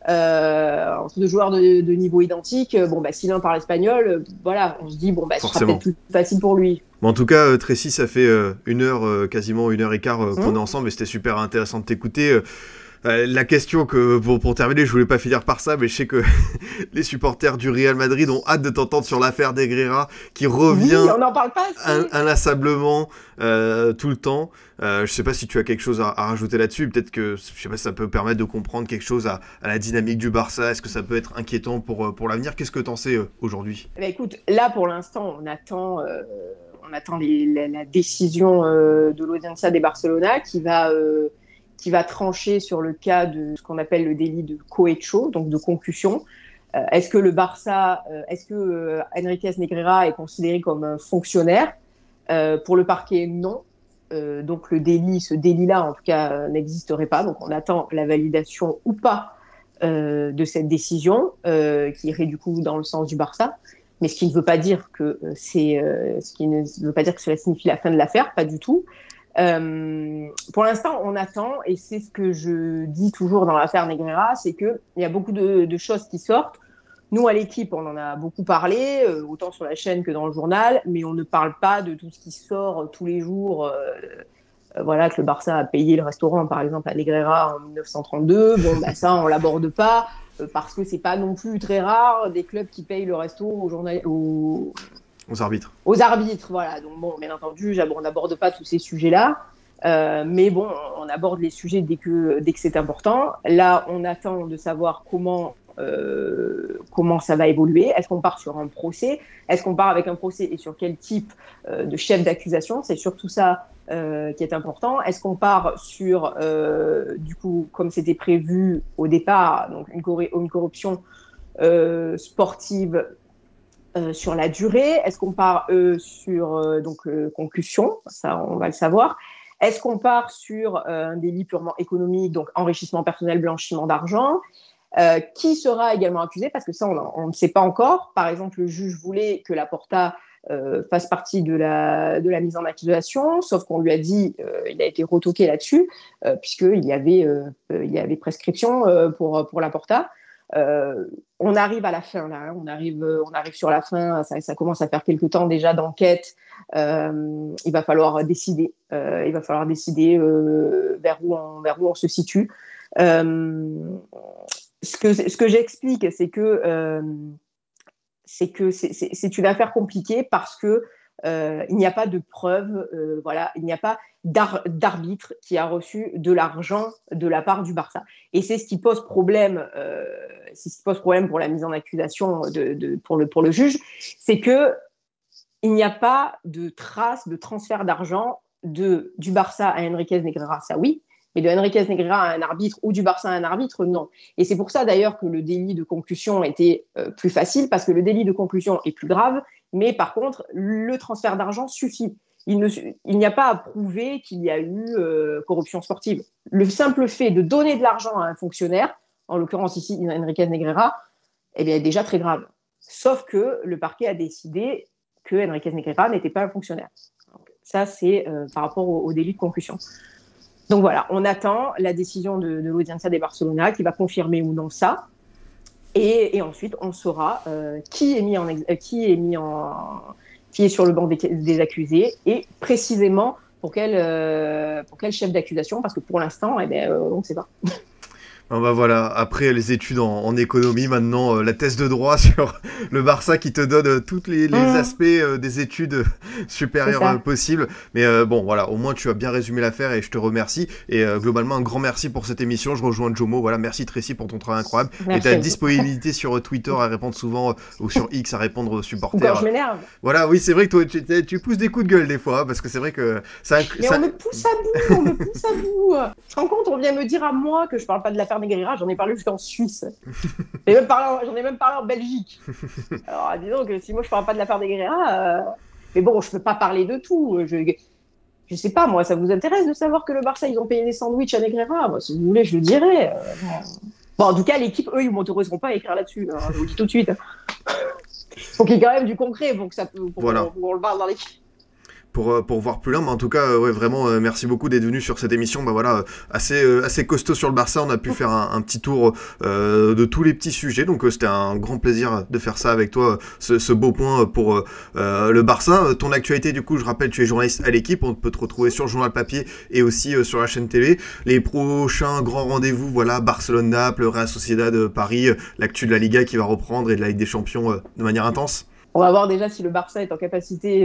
si l'un parle espagnol, on se dit ce sera peut-être plus facile pour lui. Bon, en tout cas, Tracy, ça fait quasiment 1h15 qu'on est ensemble et c'était super intéressant de t'écouter. La question que, pour terminer, je voulais pas finir par ça, mais je sais que les supporters du Real Madrid ont hâte de t'entendre sur l'affaire Negreira qui revient on n'en parle pas inlassablement tout le temps. Je sais pas si tu as quelque chose à rajouter là-dessus. Peut-être que je sais pas si ça peut permettre de comprendre quelque chose à la dynamique du Barça. Est-ce que ça peut être inquiétant pour l'avenir? Qu'est-ce que t'en sais aujourd'hui? Écoute, là pour l'instant, on attend la décision de l'Audiencia de Barcelona qui va trancher sur le cas de ce qu'on appelle le délit de cohecho, donc de concussion. Est-ce que le Barça, Enriquez Negreira est considéré comme un fonctionnaire? Pour le parquet, non. Donc ce délit-là, en tout cas, n'existerait pas. Donc on attend la validation ou pas de cette décision, qui irait du coup dans le sens du Barça. Mais ce qui ne veut pas dire que cela signifie la fin de l'affaire, pas du tout. Pour l'instant, on attend, et c'est ce que je dis toujours dans l'affaire Negreira, c'est qu'il y a beaucoup de choses qui sortent. Nous, à l'équipe, on en a beaucoup parlé, autant sur la chaîne que dans le journal, mais on ne parle pas de tout ce qui sort tous les jours. Que le Barça a payé le restaurant, par exemple, à Negreira en 1932. Ça, on l'aborde pas, parce que c'est pas non plus très rare des clubs qui payent le resto aux arbitres. Aux arbitres, voilà. Donc bien entendu, on n'aborde pas tous ces sujets-là, mais on aborde les sujets dès que c'est important. Là, on attend de savoir comment ça va évoluer. Est-ce qu'on part sur un procès? Est-ce qu'on part avec un procès et sur quel type de chef d'accusation? C'est surtout ça qui est important. Est-ce qu'on part sur, du coup, comme c'était prévu au départ, donc une corruption sportive sur la durée? Est-ce qu'on part sur concussion? Ça, on va le savoir. Est-ce qu'on part sur un délit purement économique, donc enrichissement personnel, blanchiment d'argent? Qui sera également accusé? Parce que ça, on ne sait pas encore. Par exemple, le juge voulait que Laporta fasse partie de la mise en accusation, sauf qu'on lui a dit, il a été retoqué là-dessus, puisqu'il y avait prescription pour Laporta. On arrive à la fin là, on arrive sur la fin, ça commence à faire quelques temps déjà d'enquête. Il va falloir décider vers où on se situe. Ce que j'explique, c'est que c'est une affaire compliquée parce que il n'y a pas de preuves, il n'y a pas d'arbitre qui a reçu de l'argent de la part du Barça. Et c'est ce qui pose problème, pour la mise en accusation pour le juge, c'est que il n'y a pas de trace de transfert d'argent du Barça à Enriquez Negreira, ça oui, Mais de Enriquez Negreira à un arbitre ou du Barça à un arbitre, non. Et c'est pour ça d'ailleurs que le délit de concussion était plus facile, parce que le délit de concussion est plus grave, mais par contre, le transfert d'argent suffit. Il n'y a pas à prouver qu'il y a eu corruption sportive. Le simple fait de donner de l'argent à un fonctionnaire, en l'occurrence ici Enriquez Negreira, eh bien, est déjà très grave. Sauf que le parquet a décidé que Enriquez Negreira n'était pas un fonctionnaire. Donc, ça, c'est par rapport au délit de concussion. Donc voilà, on attend la décision de l'Audiencia de Barcelona qui va confirmer ou non ça. Et ensuite, on saura qui est sur le banc des accusés et précisément pour quel chef d'accusation, parce que pour l'instant, on ne sait pas. Voilà, après les études en économie, maintenant la thèse de droit sur le Barça qui te donne tous les aspects des études supérieures possibles. Mais voilà, au moins tu as bien résumé l'affaire et je te remercie. Et globalement, un grand merci pour cette émission. Je rejoins Jomo. Voilà, merci Tracy pour ton travail incroyable. Merci. Et ta disponibilité sur Twitter à répondre souvent ou sur X à répondre aux supporters. Quand je m'énerve. Voilà, oui, c'est vrai que toi, tu pousses des coups de gueule des fois, parce que c'est vrai que ça. Mais on me pousse à bout, Tu te rends compte, on vient me dire à moi que je parle pas de l'affaire Negreira, j'en ai parlé jusqu'en Suisse. J'en ai même parlé en Belgique. Alors, disons que si moi je parle pas de l'affaire Negreira, mais bon, je peux pas parler de tout. Je sais pas, moi, ça vous intéresse de savoir que le Barça, ils ont payé des sandwichs à Negreira? Moi, si vous voulez, je le dirais. Bon, en tout cas, l'équipe, eux, ils m'autoriseront pas à écrire là-dessus. Hein, je vous le dis tout de suite. Faut qu'il y ait quand même du concret pour qu'on le parle dans l'équipe. Pour voir plus loin, mais en tout cas, vraiment, merci beaucoup d'être venu sur cette émission. Assez costaud sur le Barça. On a pu faire un petit tour de tous les petits sujets. Donc, c'était un grand plaisir de faire ça avec toi, ce beau point pour le Barça. Ton actualité, du coup, je rappelle, tu es journaliste à l'équipe. On peut te retrouver sur le journal papier et aussi sur la chaîne télé. Les prochains grands rendez-vous, Barcelone-Naples, Real Sociedad Paris, l'actu de la Liga qui va reprendre et de la Ligue des Champions de manière intense. On va voir déjà si le Barça est en capacité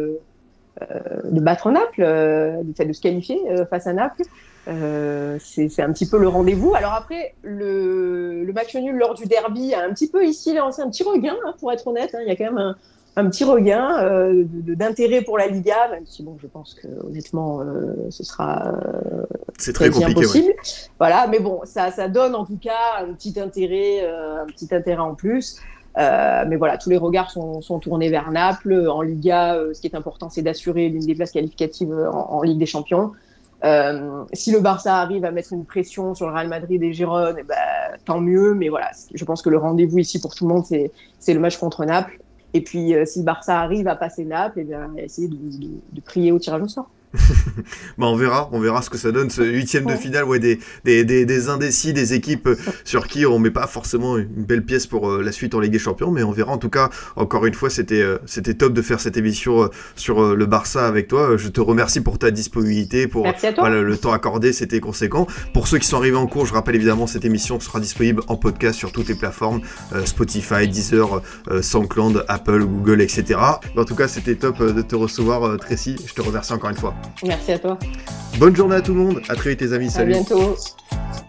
de battre Naples, de se qualifier face à Naples. C'est un petit peu le rendez-vous. Alors après, le match nul lors du derby a un petit peu ici lancé un petit regain, pour être honnête. Il y a quand même un petit regain d'intérêt pour la Liga, même si bon, je pense que honnêtement, ce sera c'est très compliqué, impossible. Ouais. Voilà, mais bon, ça donne en tout cas un petit intérêt en plus. Mais voilà, tous les regards sont tournés vers Naples. En Liga, ce qui est important, c'est d'assurer l'une des places qualificatives en Ligue des Champions. Si le Barça arrive à mettre une pression sur le Real Madrid et Gérone, tant mieux. Mais voilà, je pense que le rendez-vous ici pour tout le monde, c'est le match contre Naples. Et puis, si le Barça arrive à passer Naples, essayer de prier au tirage au sort. On verra ce que ça donne, ce huitième de finale, des indécis, des équipes sur qui on met pas forcément une belle pièce pour la suite en Ligue des Champions, mais on verra. En tout cas, encore une fois, c'était top de faire cette émission sur le Barça avec toi. Je te remercie pour ta disponibilité, pour le temps accordé, c'était conséquent. Pour ceux qui sont arrivés en cours, je rappelle évidemment cette émission sera disponible en podcast sur toutes les plateformes, Spotify, Deezer, SoundCloud, Apple, Google, etc. En tout cas, c'était top de te recevoir, Tracy. Je te remercie encore une fois. Merci à toi. Bonne journée à tout le monde. À très vite les amis. Salut. À bientôt.